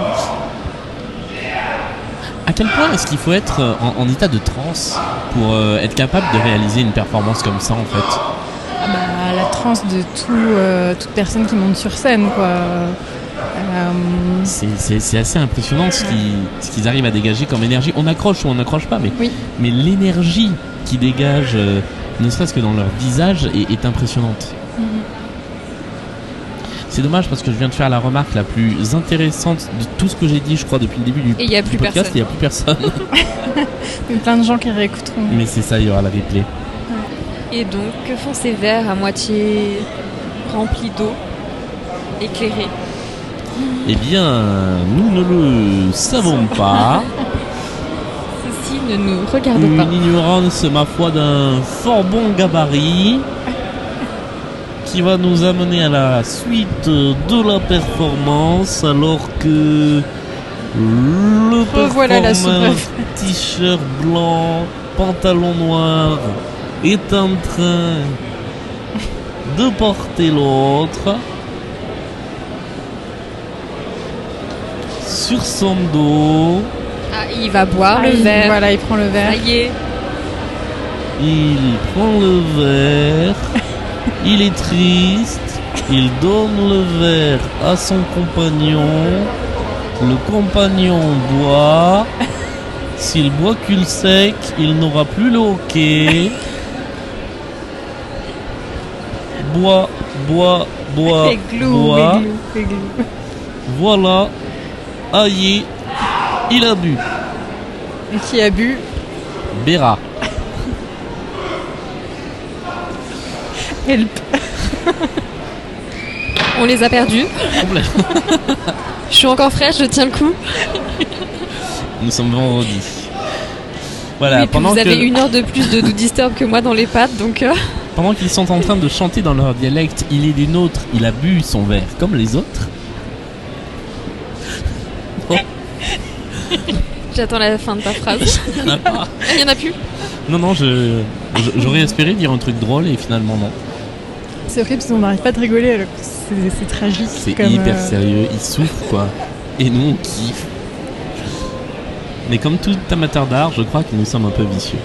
À quel point est-ce qu'il faut être en, en état de transe pour euh, être capable de réaliser une performance comme ça en fait? Ah bah, la transe de tout, euh, toute personne qui monte sur scène quoi. Euh... C'est, c'est, c'est assez impressionnant ce, qui, ce qu'ils arrivent à dégager comme énergie. On accroche ou on n'accroche pas, mais, oui. mais l'énergie qu'ils dégagent, euh, ne serait-ce que dans leur visage, est, est impressionnante. Mm-hmm. C'est dommage parce que je viens de faire la remarque la plus intéressante de tout ce que j'ai dit, je crois, depuis le début du, et y a du plus podcast. Il n'y a plus personne. Il y a plein de gens qui réécouteront. Mais c'est ça, il y aura la replay. Et donc, que font ces verres à moitié remplis d'eau, éclairés? Eh bien, nous ne le savons pas. Ceci ne nous regarde Une pas. Une ignorance, ma foi, d'un fort bon gabarit qui va nous amener à la suite de la performance, alors que le Revoilà performeur t-shirt blanc, pantalon noir est en train de porter l'autre sur son dos. Ah, il va boire ah, le il, verre. Voilà, il prend le verre. Ça y est. Il prend le verre. Il est triste. Il donne le verre à son compagnon. Le compagnon boit. S'il boit cul sec, il n'aura plus le hockey. Bois, bois, bois, églou, bois. Églou, églou. Voilà. Aïe, il a bu. Et qui a bu Béra. Help. On les a perdus. Complètement. Je suis encore fraîche, je tiens le coup. Nous sommes vendredi. Voilà, oui, pendant vous que... avez une heure de plus de Do Disturb que moi dans les pattes, donc... Euh... Pendant qu'ils sont en train de chanter dans leur dialecte, il est des nôtres, il a bu son verre comme les autres. Oh. J'attends la fin de ta phrase. Il n'y en a pas. Il n'y en a plus. Non, non, je, j'aurais espéré dire un truc drôle et finalement non. C'est horrible parce qu'on n'arrive pas de rigoler, alors que c'est, c'est tragique. C'est comme, hyper euh... sérieux, ils souffrent quoi. Et nous on kiffe. Mais comme tout amateur d'art, je crois que nous sommes un peu vicieux.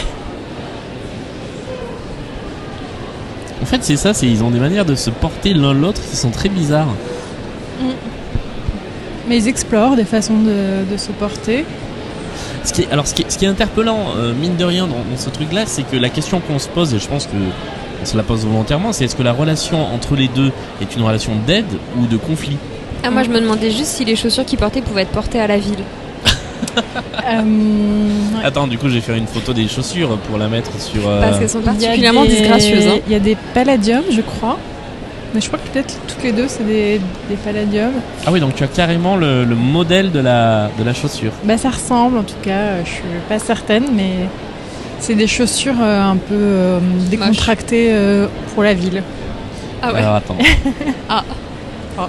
En fait, c'est ça, c'est ils ont des manières de se porter l'un l'autre qui sont très bizarres. Mm. Mais ils explorent des façons de, de se porter. Ce qui est, alors, ce qui est, ce qui est interpellant, euh, mine de rien, dans, dans ce truc-là, c'est que la question qu'on se pose, et je pense que on se la pose volontairement, c'est est-ce que la relation entre les deux est une relation d'aide ou de conflit ? Ah, moi, je me demandais juste si les chaussures qu'ils portaient pouvaient être portées à la ville. euh, ouais. Attends, du coup, je vais faire une photo des chaussures pour la mettre sur. Euh... Parce qu'elles sont particulièrement des... disgracieuses. Hein. Il y a des palladiums, je crois. Mais je crois que peut-être toutes les deux, c'est des, des palladiums. Ah oui, donc tu as carrément le, le modèle de la, de la chaussure. Bah, ça ressemble, en tout cas. Je suis pas certaine, mais c'est des chaussures euh, un peu euh, décontractées euh, pour la ville. Ah ouais. Alors attends. ah. Oh.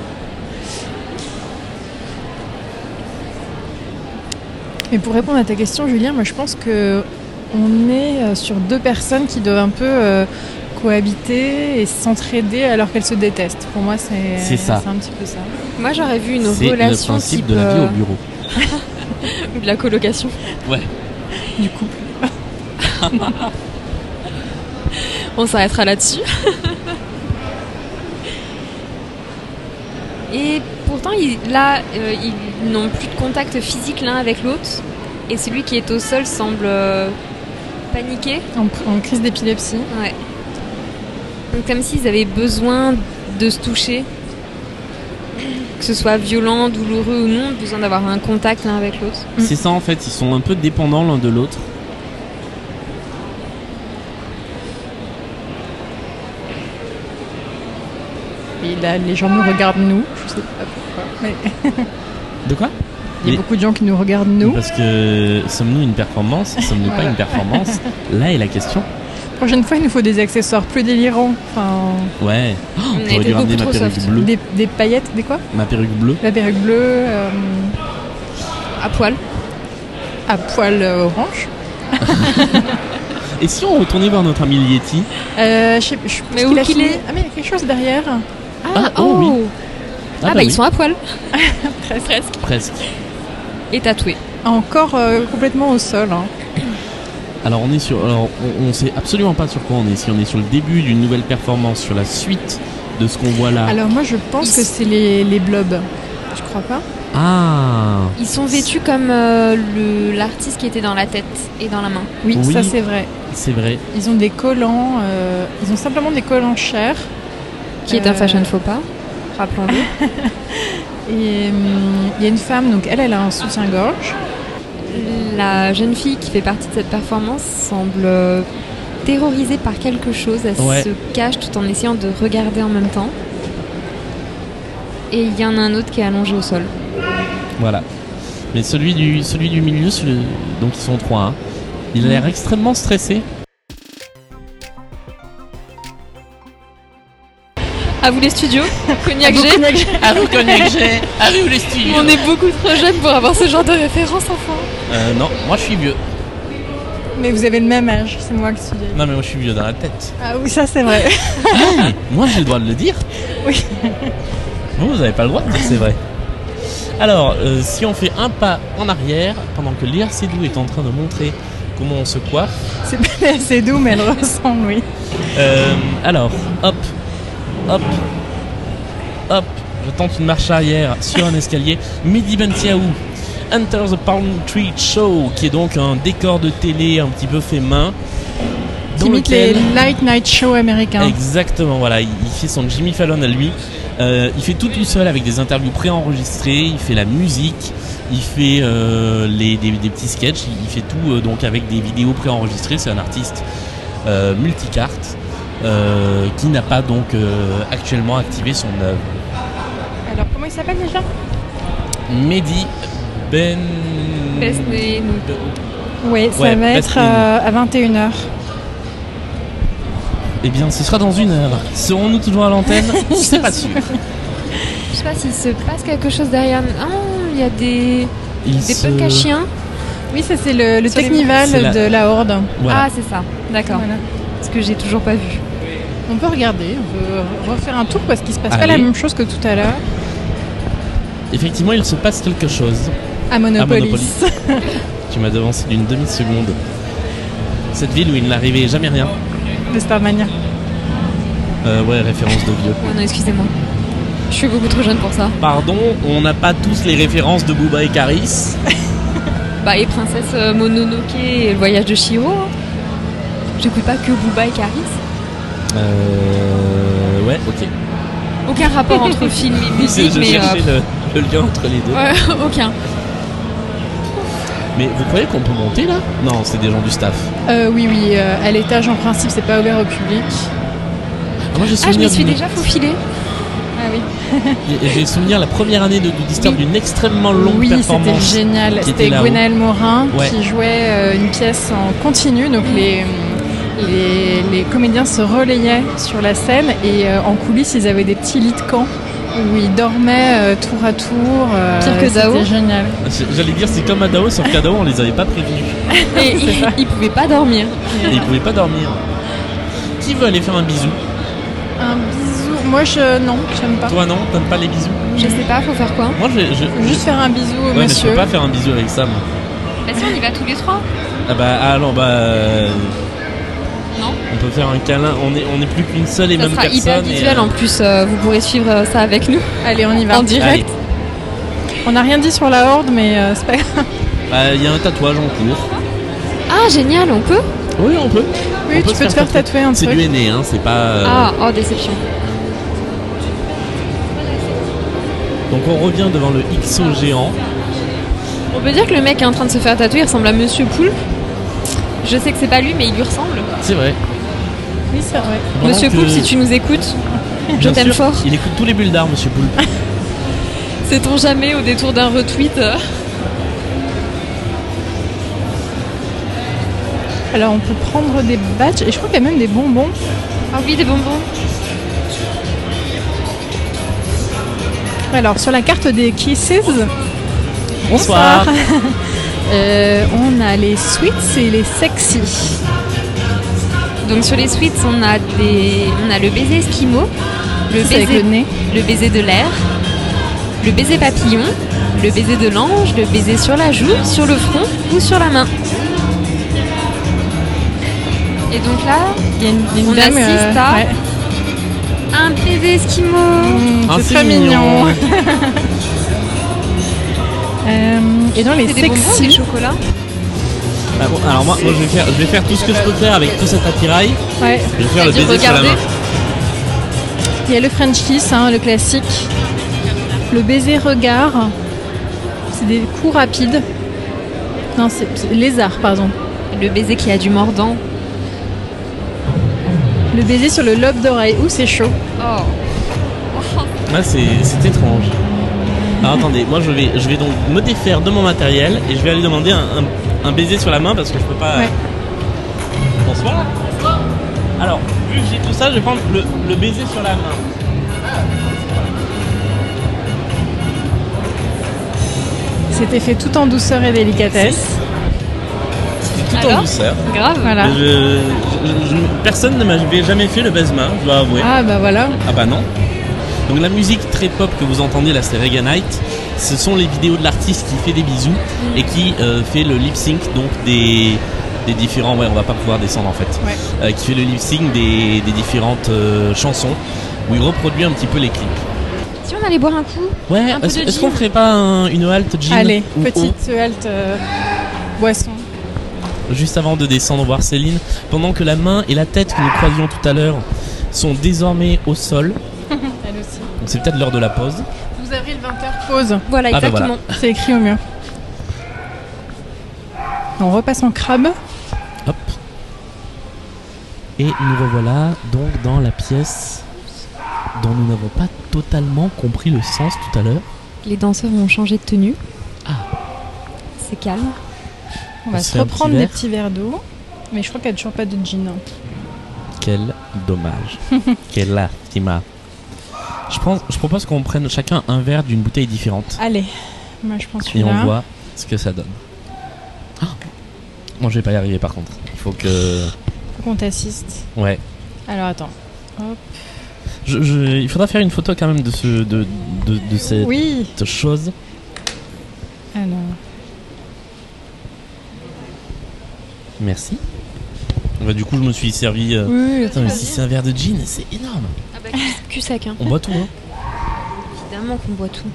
Mais pour répondre à ta question, Julien, moi je pense que on est sur deux personnes qui doivent un peu euh, cohabiter et s'entraider alors qu'elles se détestent. Pour moi, c'est, c'est ça. C'est un petit peu ça. Moi, j'aurais vu une c'est relation le principe type de la vie euh... au bureau. Ou de la colocation. Ouais. Du couple. On s'arrêtera là-dessus. Et pourtant, ils, là, euh, ils n'ont plus de contact physique l'un avec l'autre. Et celui qui est au sol semble euh, paniquer. En, en crise d'épilepsie. Ouais. Donc comme s'ils avaient besoin de se toucher. Que ce soit violent, douloureux ou non, besoin d'avoir un contact l'un avec l'autre. C'est ça en fait, ils sont un peu dépendants l'un de l'autre. Et là, les gens nous regardent nous, je sais pas pourquoi. Mais... De quoi ? Il y a Mais... beaucoup de gens qui nous regardent nous. Parce que sommes-nous une performance ? Sommes-nous voilà. pas une performance ? Là est la question. La prochaine fois, il nous faut des accessoires plus délirants. Enfin... Ouais. Oh, on aurait dû ramener ma perruque soft. bleue. Des, des paillettes, des quoi ? Ma perruque bleue. La perruque bleue. Euh... À poil. À poil euh, orange. Et si on retournait voir notre ami Yeti ? euh, je sais, je Mais où qu'il fini... est ? Ah mais il y a quelque chose derrière. Ah, ah oh, oh oui. Ah, ah bah, bah ils oui. sont à poil. Presque. Presque. Presque. Et tatoués. Encore euh, complètement au sol. Hein. Alors on est sur, alors on, on sait absolument pas sur quoi on est. Si on est sur le début d'une nouvelle performance, sur la suite de ce qu'on voit là. Alors moi je pense que c'est les, les blobs. Je crois pas. Ah. Ils sont vêtus comme euh, le, l'artiste qui était dans la tête et dans la main. Oui, oui. ça c'est vrai. C'est vrai. Ils ont des collants. Euh, ils ont simplement des collants chers. Qui est un fashion faux pas, rappelons-le. Et il um, y a une femme, donc elle, elle a un soutien-gorge. La jeune fille qui fait partie de cette performance semble terrorisée par quelque chose. Elle ouais. se cache tout en essayant de regarder en même temps. Et il y en a un autre qui est allongé au sol. Voilà. Mais celui du, celui du milieu, celui, donc ils sont trois, hein, il a l'air extrêmement stressé. À vous les studios, Cognac G. À vous Cognac G. À vous les studios. On est beaucoup trop jeunes pour avoir ce genre de référence, enfin. Euh, non, moi je suis vieux. Mais vous avez le même âge, c'est moi qui suis vieille. Non mais moi je suis vieux dans la tête. Ah oui, ça c'est vrai. Ah, moi j'ai le droit de le dire. Oui. Vous, vous avez pas le droit de dire c'est vrai. Alors, euh, si on fait un pas en arrière, pendant que Léa Seydoux est en train de montrer comment on se coiffe. C'est pas Léa Seydoux, mais elle ressemble, oui. Euh, alors, hop. Hop, hop, je tente une marche arrière sur un escalier. Mehdi Benziaou, Enter the Palm Tree Show, qui est donc un décor de télé un petit peu fait main. Qui imite lequel... les Late Night Show américains. Exactement, voilà, il, il fait son Jimmy Fallon à lui. Euh, il fait tout tout seul avec des interviews préenregistrées, il fait la musique. Il fait euh, les, des, des petits sketchs, il fait tout euh, donc avec des vidéos préenregistrées. C'est un artiste euh, multicarte euh, qui n'a pas donc euh, actuellement activé son œuvre. Alors comment il s'appelle déjà ? Mehdi Ben... Besné. Oui, ça Ouais, va être euh, à vingt et une heures. Eh bien, ce sera dans une heure. Serons-nous toujours à l'antenne ? Je suis pas sûr. Je sais pas s'il se passe quelque chose derrière. Ah, il y a des, Il des se... punks à chiens. Oui, ça c'est le, le Sur les- Technival C'est la- de la Horde. Voilà. Ah, c'est ça. D'accord. Voilà. Parce que j'ai toujours pas vu. On peut regarder, on peut refaire un tour parce qu'il se passe Allez. pas la même chose que tout à l'heure. Effectivement, il se passe quelque chose. À Monopolis. Monopolis. Tu m'as devancé d'une demi-seconde. Cette ville où il n'arrivait jamais rien. De Starmania. Euh, ouais, référence de vieux. Oh non, excusez-moi. Je suis beaucoup trop jeune pour ça. Pardon, on n'a pas tous les références de Booba et Caris. Bah, et Princesse euh, Mononoke et le voyage de Chihiro. hein. J'écoute pas que Booba et Caris. Euh... Ouais, ok. Aucun rapport entre film et musique, je mais. cherchais euh, le, le lien entre les deux. Ouais, aucun. Mais vous croyez qu'on peut monter là ? Non, c'est des gens du staff. Euh, oui, oui, euh, à l'étage en principe c'est pas ouvert au public. Ah, moi j'ai Ah, je souvenir me suis d'une- déjà faufilée. Ah oui. j'ai souvenir la première année de Du Disturb Oui. d'une extrêmement longue Oui, c'était performance. génial. qui C'était était là-haut. Gwenaël Morin Ouais. qui jouait euh, une pièce en continu. Donc les, les, les comédiens se relayaient sur la scène et euh, en coulisses ils avaient des petits lits de camp où ils dormaient euh, tour à tour. euh, Pire que Dao. C'était génial. J'allais dire c'est comme à Dao, sauf qu'à Dao on les avait pas prévenus. Et ils, ils pouvaient pas dormir. Et ils pouvaient pas dormir. Qui veut aller faire un bisou ? Un bisou. Moi je non, j'aime pas. Toi non, t'aimes pas les bisous ? Je sais pas, faut faire quoi? Moi je, je, Juste faire un bisou au ouais, mais je monsieur. peux pas faire un bisou avec Sam. Bah si, on y va tous les trois. Ah bah alors bah euh, Non. on peut faire un câlin. On est on est plus qu'une seule et Ça même sera personne. hyper et, visuel euh, en plus. euh, vous pourrez suivre euh, ça avec nous. Allez, on y va. En direct. Allez. On n'a rien dit sur la Horde, mais euh, c'est pas grave. Bah il y a un tatouage en cours. Ah, génial, on peut? Oui on peut. Oui, On peut tu se peux te faire tatouer un C'est truc. du henné hein, c'est pas. euh, Ah, oh, déception. Donc on revient devant le X O géant. On peut dire que le mec qui est en train de se faire tatouer il ressemble à Monsieur Poulpe. Je sais que c'est pas lui, mais il lui ressemble. C'est vrai. Oui, c'est vrai. Pendant Monsieur que- Poulpe, si tu nous écoutes, je Bien t'aime sûr, fort. Il écoute tous les bulles d'art, Monsieur Poulpe. Sait-on jamais au détour d'un retweet euh, Alors, on peut prendre des badges et je crois qu'il y a même des bonbons. Ah oui, des bonbons. Alors, sur la carte des Kisses, Bonsoir. euh, on a les sweets et les sexy. Donc sur les suites, on a des, on a le baiser esquimau, le C'est avec baiser, le nez. le baiser de l'air, le baiser papillon, le baiser de l'ange, le baiser sur la joue, sur le front ou sur la main. Et donc là, Il y a une, une On dame, assiste à- ouais. un baiser esquimau. Mmh, Ah, c'est c'est très mignon. mignon. Euh, et dans les C'est des bonbons, des sexy, chocolats. Ah bon, alors moi, moi je, vais faire, je vais faire tout ce que je peux faire avec tout cet attirail. ouais, Je vais faire le C'est-à-dire baiser sur la regarder. main. il y a le French kiss, hein, le classique. Le baiser regard, c'est des coups rapides. Non, c'est c'est lézard, pardon. Le baiser qui a du mordant. Le baiser sur le lobe d'oreille. Ouh, c'est chaud. Oh. Là c'est c'est étrange. Alors attendez, moi je vais, je vais donc me défaire de mon matériel et je vais aller demander un, un, un baiser sur la main parce que je peux pas... Ouais. Bonsoir. Alors, vu que j'ai tout ça, je vais prendre le, le baiser sur la main. C'était fait tout en douceur et délicatesse. C'était tout en Alors douceur. Grave. Voilà. Je- je- je- personne ne m'avait jamais fait le baise-main, je dois avouer. Ah bah voilà. Ah bah non. Donc la musique très pop que vous entendez là, c'est Reggae Night. Ce sont les vidéos de l'artiste qui fait des bisous et qui euh, fait le lip sync donc des, des différents. Ouais, on va pas pouvoir descendre en fait. Ouais. Euh, qui fait le lip sync des, des différentes euh, chansons où il reproduit un petit peu les clips. Si on allait boire un coup. Ouais. Un peu Est-ce de est-ce gin. qu'on ferait pas un- une halte gin Allez, ou petite halte euh, boisson. eau, juste avant de descendre voir Céline, pendant que la main et la tête que nous croisions tout à l'heure sont désormais au sol. Elle aussi. Donc c'est peut-être l'heure de la pause. douze avril, vingt heures, pause. Voilà, Ah bah exactement. C'est écrit au mur. On repasse en crabe. Hop. Et nous revoilà donc dans la pièce dont nous n'avons pas totalement compris le sens tout à l'heure. Les danseurs ont changé de tenue. Ah. C'est calme. On va On se fait un reprendre petit des verre. petits verres d'eau. Mais je crois qu'il n'y a toujours pas de gin. Quel dommage. Quelle lastima. Je, pense, je propose qu'on prenne chacun un verre d'une bouteille différente. Allez, moi je pense Et celui-là. on voit ce que ça donne. Oh. Moi je vais pas y arriver par contre. Il faut que... Faut qu'on t'assiste. Ouais. Alors attends. Hop. Je, je, il faudra faire une photo quand même de, ce, de, de, de cette Oui. chose. Alors. Merci. Bah, du coup je me suis servi... Euh... Oui, Attends, mais si c'est un verre de gin, c'est énorme. Ah bah, cul sec, hein. On boit tout, hein. Évidemment qu'on boit tout.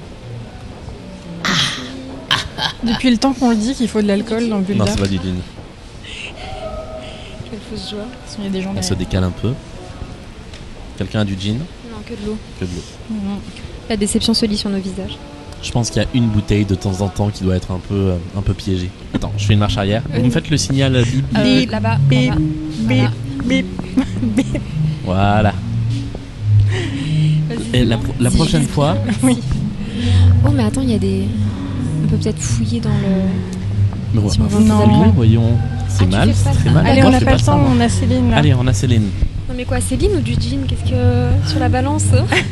Depuis le temps qu'on le dit qu'il faut de l'alcool dans le Non, Bulldar. c'est pas du gin. Quelle fausse joie. Il y a des gens On se derrière. décale un peu. Quelqu'un a du gin? Non, que de l'eau. Que de l'eau. Non. La déception se lit sur nos visages. Je pense qu'il y a une bouteille de temps en temps qui doit être un peu, euh, un peu piégée. Attends, je fais une marche arrière. Vous me faites le signal euh, bip. Euh, Bip, là-bas, bip, là-bas. bip, bip, bip. Voilà. Et la, pro- la prochaine fois... Oui. Oh, mais attends, il y a des... On peut peut-être fouiller dans le... Mais on va Si pas on veut fouiller, pas d'alcool. voyons. C'est Ah, tu mal, fais pas c'est très ça. mal. Allez, Moi, on je n'a fais pas le ça, temps, moi. on a Céline là. Allez, on a Céline. Non mais quoi, Céline ou du gin? Qu'est-ce que... Sur la balance?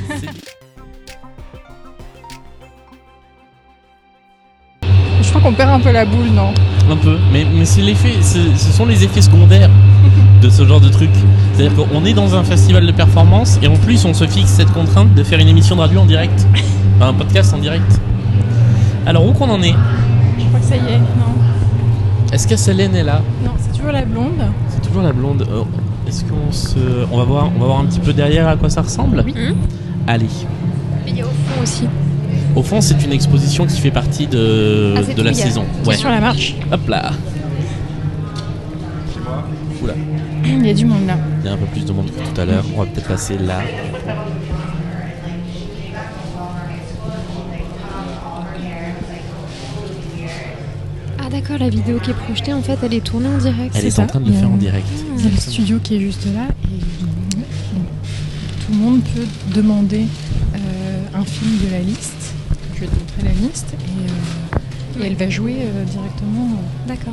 Je crois qu'on perd un peu la boule, non? Un peu, mais, mais c'est l'effet, c'est- ce sont les effets secondaires de ce genre de truc. C'est-à-dire qu'on est dans un festival de performance et en plus on se fixe cette contrainte de faire une émission de radio en direct. Enfin, un podcast en direct. Alors où qu'on en est? Je crois que ça y est, non? Est-ce que Céline est là? Non, c'est toujours la blonde. C'est toujours la blonde. Euh, Est-ce qu'on se... On va voir, on va voir un petit peu derrière à quoi ça ressemble? Oui. Allez. Mais il y a au fond aussi. Au fond, c'est une exposition qui fait partie de, Ah, c'est de la tout, il y a- saison. C'est Ouais. sur la marche. Hop là. Oula. Il y a du monde là. Il y a un peu plus de monde que tout à l'heure. On va peut-être passer là. Ah d'accord, la vidéo qui est projetée, en fait, elle est tournée en direct. Elle C'est est ça. en train de le Il y a faire en un- direct. Il y a le studio qui est juste là et bon, tout le monde peut demander euh, un film de la liste. Je vais te montrer la liste et, euh, et elle va jouer euh, directement. D'accord.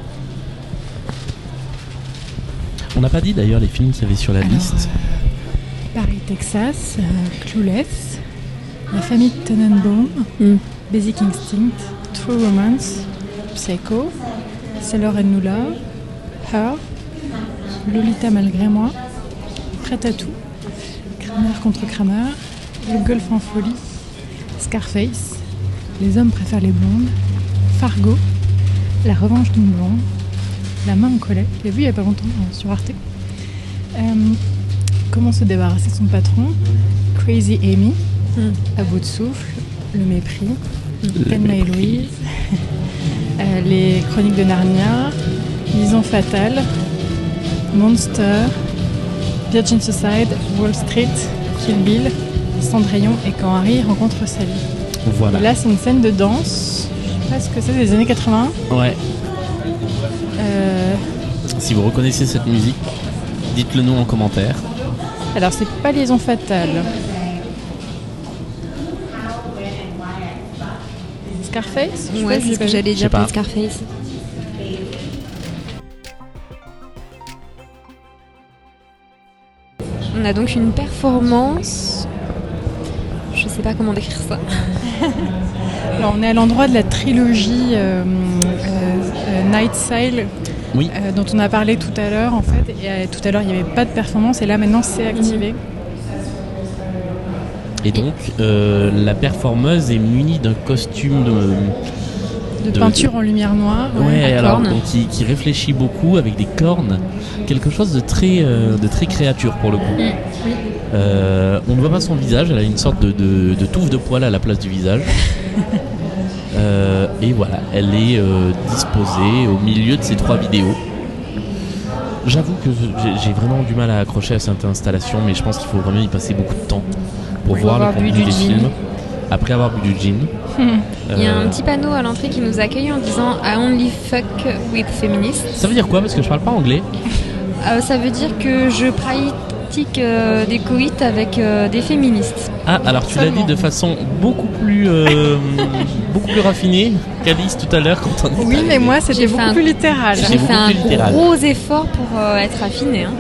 On n'a pas dit d'ailleurs les films qu'il y avait sur la Alors, liste. Paris, Texas, euh, Clueless, La famille Tenenbaum, Mm. Basic Instinct, True Romance, Psycho, Sailor and Lula, Her, Lolita malgré moi, Prête à tout, Kramer contre Kramer, Le Golf en folie, Scarface, Les hommes préfèrent les blondes, Fargo, La revanche d'une blonde, La main en collet, je l'ai vu il n'y a pas longtemps euh, sur Arte. Euh, Comment se débarrasser de son patron, Crazy Amy, Mm. À bout de souffle, Le mépris, Le Thelma et mépris. Louise, euh, Les Chroniques de Narnia, Liaison fatale, Monster, Virgin Suicide, Wall Street, Kill Bill, Cendrillon et Quand Harry rencontre Sally. Voilà. Et là, c'est une scène de danse. Je sais pas ce que c'est, des années quatre-vingts. Ouais. Euh, Si vous reconnaissez cette musique, dites-le nous en commentaire. alors, c'est pas Liaison fatale. Scarface Je sais Ouais, pas, c'est j'ai ce pas que vu. j'allais Je sais dire pour pas. Scarface. On a donc une performance. Je sais pas comment décrire ça. Alors, on est à l'endroit de la trilogie euh, euh, euh, Night Sail Oui. euh, dont on a parlé tout à l'heure en fait. Et euh, tout à l'heure il n'y avait pas de performance et là maintenant c'est activé. Et donc, euh, la performeuse est munie d'un costume de... De, De- peinture en lumière noire. Ouais, à alors, cornes. donc, qui, qui réfléchit beaucoup avec des cornes. Quelque chose de très, euh, de très créature pour le coup. Oui. Euh, on ne voit pas son visage, elle a une sorte de, de, de touffe de poils à la place du visage. Euh, et voilà, elle est euh, disposée au milieu de ces trois vidéos. J'avoue que j'ai, j'ai vraiment du mal à accrocher à cette installation, mais je pense qu'il faut vraiment y passer beaucoup de temps pour Faut voir le avoir bu contenu du des gin. films. après avoir bu du gin. Hmm. Euh... Il y a un petit panneau à l'entrée qui nous accueille en disant I only fuck with feminists. Ça veut dire quoi? Parce que je parle pas anglais. Euh, ça veut dire que je pratique euh, des coïts avec euh, des féministes. Ah, alors tu Seulement. l'as dit de façon beaucoup plus, euh, beaucoup plus raffinée qu'Alice tout à l'heure quand on est Oui, mais moi c'était beaucoup un, plus littéral. J'ai fait un littéral. gros effort pour euh, être raffinée. Hein.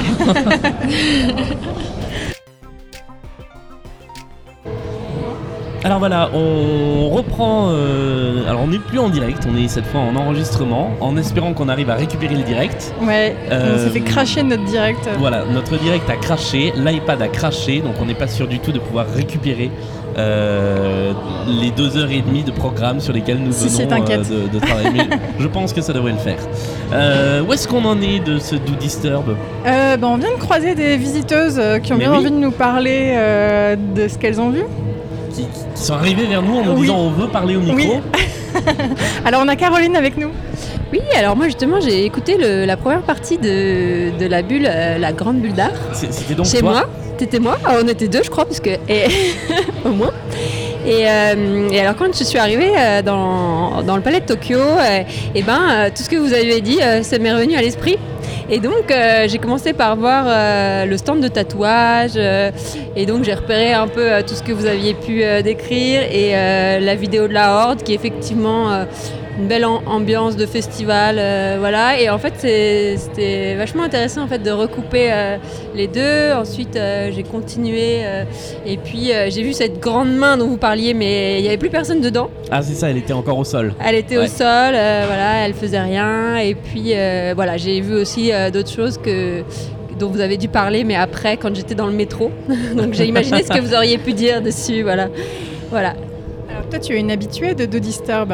Alors voilà, on reprend. Euh, alors on n'est plus en direct, on est cette fois en enregistrement, en espérant qu'on arrive à récupérer le direct. Ouais, euh, on s'est fait cracher notre direct. Voilà, notre direct a craché, l'iPad a craché, donc on n'est pas sûr du tout de pouvoir récupérer euh, les deux heures et demie de programme sur lesquels nous si, venons si, euh, de, de travailler. Mais je pense que ça devrait le faire. Euh, où est-ce qu'on en est de ce Do Disturb? euh, ben, On vient de croiser des visiteuses qui ont Mais bien oui. envie de nous parler euh, de ce qu'elles ont vu. Qui, qui sont arrivés vers nous en nous oui. disant on veut parler au micro. Oui. Alors on a Caroline avec nous. Oui, alors moi justement j'ai écouté le, la première partie de, de la bulle, euh, la grande bulle d'art. C'était donc chez toi. moi. C'était moi. Alors, on était deux je crois parce que et, au moins. Et, euh, et alors quand je suis arrivée euh, dans, dans le palais de Tokyo, euh, et ben euh, tout ce que vous avez dit, euh, ça m'est revenu à l'esprit. Et donc euh, j'ai commencé par voir euh, le stand de tatouage euh, et donc j'ai repéré un peu euh, tout ce que vous aviez pu euh, décrire et euh, la vidéo de la Horde qui est effectivement euh, une belle am- ambiance de festival, euh, voilà. Et en fait c'est, c'était vachement intéressant en fait de recouper euh, les deux. Ensuite euh, j'ai continué euh, et puis euh, j'ai vu cette grande main dont vous parliez, mais il n'y avait plus personne dedans. Ah c'est ça, elle était encore au sol. Elle était ouais. au sol, euh, voilà, elle faisait rien. Et puis euh, voilà, j'ai vu aussi euh, d'autres choses que dont vous avez dû parler, mais après quand j'étais dans le métro. Donc j'ai imaginé ce que vous auriez pu dire dessus, voilà. Voilà. Alors toi tu es une habituée de Do Disturb.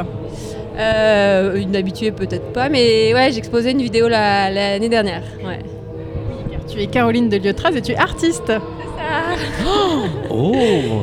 Euh, une habituée peut-être pas, mais ouais, j'ai exposé une vidéo la, l'année dernière. Ouais. Oui, car tu es Caroline de Liotraz et tu es artiste. C'est ça. Oh,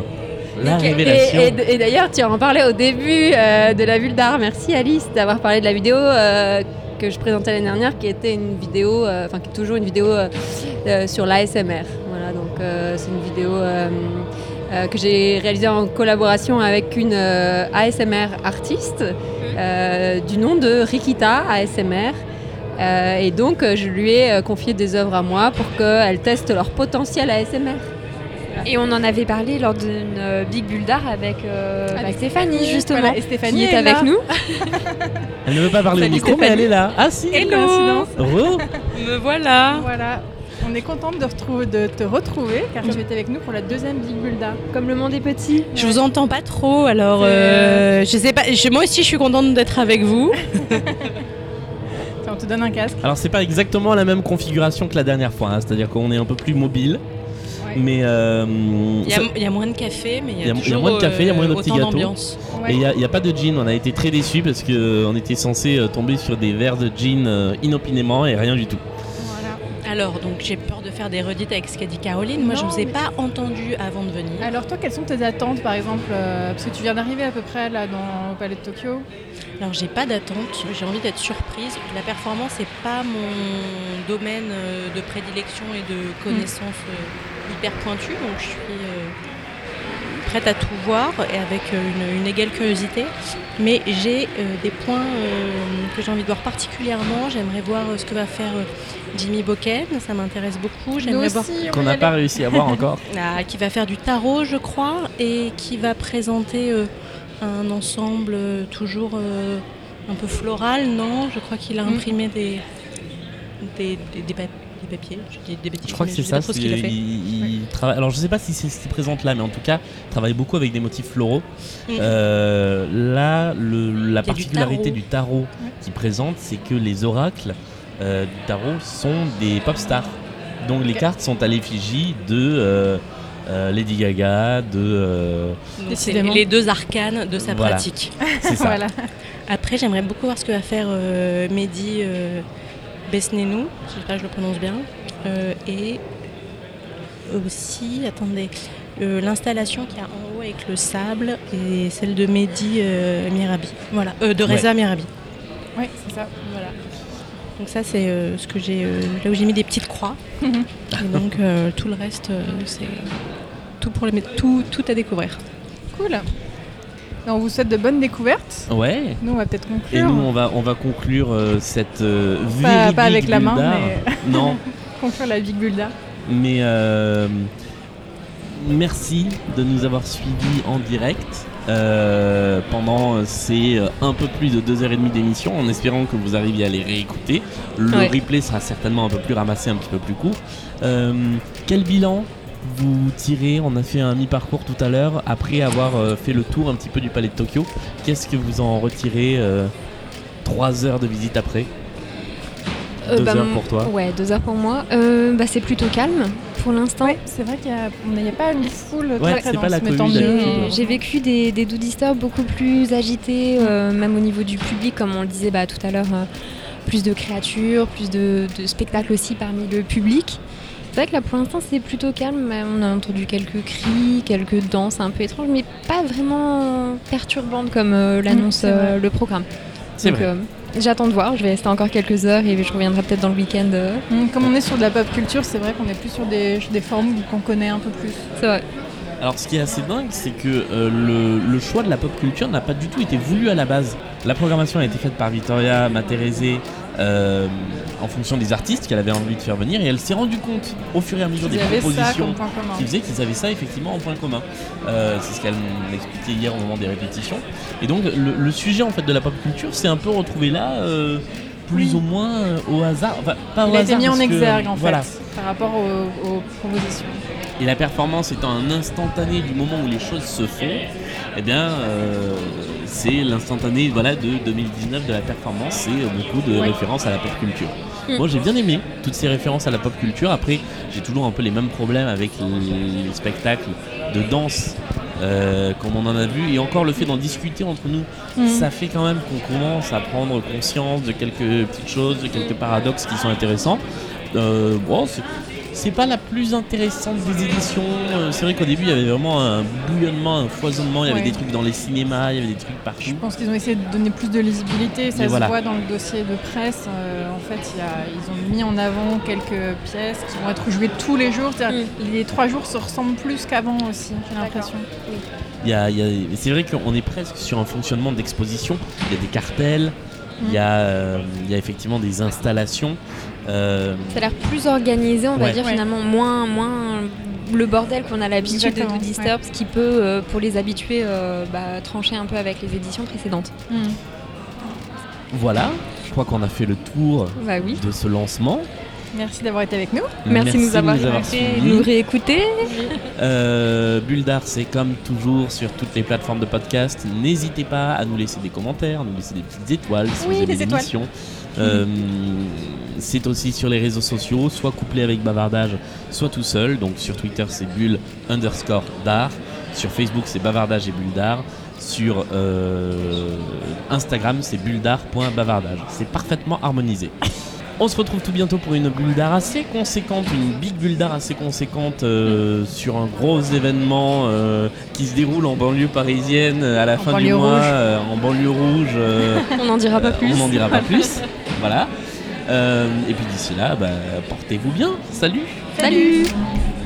la et, révélation. Et, et, et d'ailleurs, tu en parlais au début euh, de la bulle d'art. Merci Alice d'avoir parlé de la vidéo euh, que je présentais l'année dernière, qui était une vidéo, enfin euh, qui est toujours une vidéo euh, euh, sur l'A S M R. Voilà, donc euh, c'est une vidéo. Euh, Euh, que j'ai réalisé en collaboration avec une euh, A S M R artiste euh, du nom de Rikita A S M R. Euh, et donc, euh, je lui ai euh, confié des œuvres à moi pour qu'elle teste leur potentiel A S M R. Et on en avait parlé lors d'une euh, Big Bulle d'art avec, euh, avec, avec Stéphanie, justement. Voilà, et Stéphanie qui est, est avec nous. Elle ne veut pas parler au micro, Stéphanie. Mais elle est là. Ah si, hello. Heureux. Me voilà. Voilà. On est contente de, retrouver, de te retrouver car tu étais avec nous pour la deuxième Big Bulle d'art. Comme le monde est petit. Je ouais. vous entends pas trop, alors euh, je sais pas. Je, moi aussi, je suis contente d'être avec vous. On te donne un casque. Alors c'est pas exactement la même configuration que la dernière fois, hein, c'est-à-dire qu'on est un peu plus mobile. Ouais. Mais euh, il, y a, ça... il y a moins de café, mais il y a, il y a moins de café, il y a moins de petits gâteaux. Ouais. Et il n'y a, a pas de gin. On a été très déçus parce qu'on était censé tomber sur des verres de gin euh, inopinément et rien du tout. Alors, donc j'ai peur de faire des redites avec ce qu'a dit Caroline. Moi, non, je ne vous ai mais... pas entendu avant de venir. Alors, toi, quelles sont tes attentes, par exemple euh, parce que tu viens d'arriver à peu près là dans, au Palais de Tokyo. Alors, j'ai pas d'attente. J'ai envie d'être surprise. La performance, c'est pas mon domaine de prédilection et de connaissances mmh. hyper pointues. Donc, je suis euh, prête à tout voir et avec une, une égale curiosité. Mais j'ai euh, des points euh, que j'ai envie de voir particulièrement. J'aimerais voir euh, ce que va faire euh, Jimmy Boken, ça m'intéresse beaucoup. J'aimerais Nous aussi, voir qu'on n'a pas réussi à voir encore. Ah, qui va faire du tarot, je crois, et qui va présenter euh, un ensemble euh, toujours euh, un peu floral, non? Je crois qu'il a imprimé mmh. des, des, des, des, papiers. Des papiers, je dis des bêtises. Je crois que c'est ça. Ce qu'il a fait. Il, il travaille, alors je sais pas si c'est ce qu'il présente là, mais en tout cas, il travaille beaucoup avec des motifs floraux. Mmh. Euh, là, le, la particularité du tarot, du tarot ouais. qu'il présente, c'est que les oracles euh, du tarot sont des pop stars. Donc les cartes sont à l'effigie de euh, euh, Lady Gaga, de. Euh, c'est les deux arcanes de sa voilà. pratique. C'est ça. Voilà. Après, j'aimerais beaucoup voir ce que va faire euh, Mehdi. Euh, Besnenou, j'espère que je le prononce bien, euh, et aussi, attendez, euh, l'installation qu'il y a en haut avec le sable et celle de Mehdi euh, Mirabi, voilà, euh, de Reza ouais. Mirabi. Oui, c'est ça, voilà. Donc ça, c'est euh, ce que j'ai, euh, là où j'ai mis des petites croix, et donc euh, tout le reste, euh, c'est tout pour les, tout, tout à découvrir. Cool. On vous souhaite de bonnes découvertes. Ouais. Nous, on va peut-être conclure. Et nous, on va, on va conclure euh, cette euh, pas, véridique pas avec la main, Bulldar. mais... Non. conclure la Big Bulldar. Mais euh, merci de nous avoir suivis en direct euh, pendant ces un peu plus de deux heures trente d'émission, en espérant que vous arriviez à les réécouter. Le ouais. replay sera certainement un peu plus ramassé, un petit peu plus court. Euh, quel bilan vous tirez? On a fait un mi-parcours tout à l'heure, après avoir euh, fait le tour un petit peu du Palais de Tokyo. Qu'est-ce que vous en retirez euh, trois heures de visite après? Euh, deux bah, heures pour toi? Ouais, deux heures pour moi. Euh, bah, c'est plutôt calme pour l'instant. Ouais, c'est vrai qu'il n'y a, a pas une foule ouais, très, très dense. Mais tant mieux. J'ai vécu des, des Do Disturb beaucoup plus agités, euh, même au niveau du public, comme on le disait bah, tout à l'heure. Euh, plus de créatures, plus de, de spectacles aussi parmi le public. C'est vrai que là pour l'instant c'est plutôt calme, on a entendu quelques cris, quelques danses un peu étranges, mais pas vraiment perturbantes comme euh, l'annonce mmh, euh, le programme. C'est Donc, vrai. Euh, j'attends de voir, je vais rester encore quelques heures et je reviendrai peut-être dans le week-end. Euh. Mmh, comme on est sur de la pop culture, c'est vrai qu'on est plus sur des, des formes qu'on connaît un peu plus. C'est vrai. Alors ce qui est assez dingue, c'est que euh, le, le choix de la pop culture n'a pas du tout été voulu à la base. La programmation a été faite par Vittoria Materese euh, en fonction des artistes qu'elle avait envie de faire venir, et elle s'est rendue compte au fur et à mesure des propositions qui faisaient qu'ils avaient ça effectivement en point commun. Euh, c'est ce qu'elle m'expliquait hier au moment des répétitions. Et donc le, le sujet en fait de la pop culture s'est un peu retrouvé là. Euh, plus ou moins euh, au hasard, enfin pas au Il a hasard. été mis en exergue que, en voilà. fait, par rapport aux, aux propositions. Et la performance étant un instantané du moment où les choses se font, eh bien euh, c'est l'instantané voilà, de deux mille dix-neuf de la performance, c'est beaucoup de ouais. références à la pop culture. Mmh. Moi j'ai bien aimé toutes ces références à la pop culture. Après j'ai toujours un peu les mêmes problèmes avec les, les spectacles de danse Euh, comme on en a vu, et encore le fait d'en discuter entre nous, mmh. ça fait quand même qu'on commence à prendre conscience de quelques petites choses, de quelques paradoxes qui sont intéressants. Euh, bon, c'est, c'est pas la plus intéressante des éditions. Euh, c'est vrai qu'au début il y avait vraiment un bouillonnement, un foisonnement, il y avait ouais. des trucs dans les cinémas, il y avait des trucs partout. Je pense qu'ils ont essayé de donner plus de lisibilité, ça Mais se voilà. voit dans le dossier de presse. Euh, en fait, y a, ils ont mis en avant quelques pièces qui vont être jouées tous les jours. Mm. Les trois jours se ressemblent plus qu'avant aussi, j'ai l'impression. Oui. Il y a, il y a, c'est vrai qu'on est presque sur un fonctionnement d'exposition. Il y a des cartels, mm. il, y a, euh, il y a effectivement des installations. Euh... Ça a l'air plus organisé, on va ouais. dire ouais. finalement, moins, moins le bordel qu'on a l'habitude Exactement, de Do Disturb, ouais. ce qui peut, euh, pour les habitués, euh, bah, trancher un peu avec les éditions précédentes. Mm. Voilà, je crois qu'on a fait le tour bah oui. de ce lancement. Merci d'avoir été avec nous. Merci, Merci de nous avoir, nous avoir fait nous réécouter. Euh, Bulldar, c'est comme toujours sur toutes les plateformes de podcast. N'hésitez pas à nous laisser des commentaires, à nous laisser des petites étoiles si oui, vous aimez des l'émission. Euh, c'est aussi sur les réseaux sociaux, soit couplé avec Bavardage, soit tout seul. Donc sur Twitter, c'est bulle underscore dar. Sur Facebook, c'est Bavardage et Bulldar. Sur euh, Instagram, c'est bulldar.bavardage. C'est parfaitement harmonisé. On se retrouve tout bientôt pour une Bulldar assez conséquente, une big Bulldar assez conséquente euh, sur un gros événement euh, qui se déroule en banlieue parisienne à la en fin du mois, euh, en banlieue rouge. Euh, on n'en dira pas plus. On n'en dira pas plus. Voilà. Euh, et puis d'ici là, bah, portez-vous bien. Salut. Salut. Salut.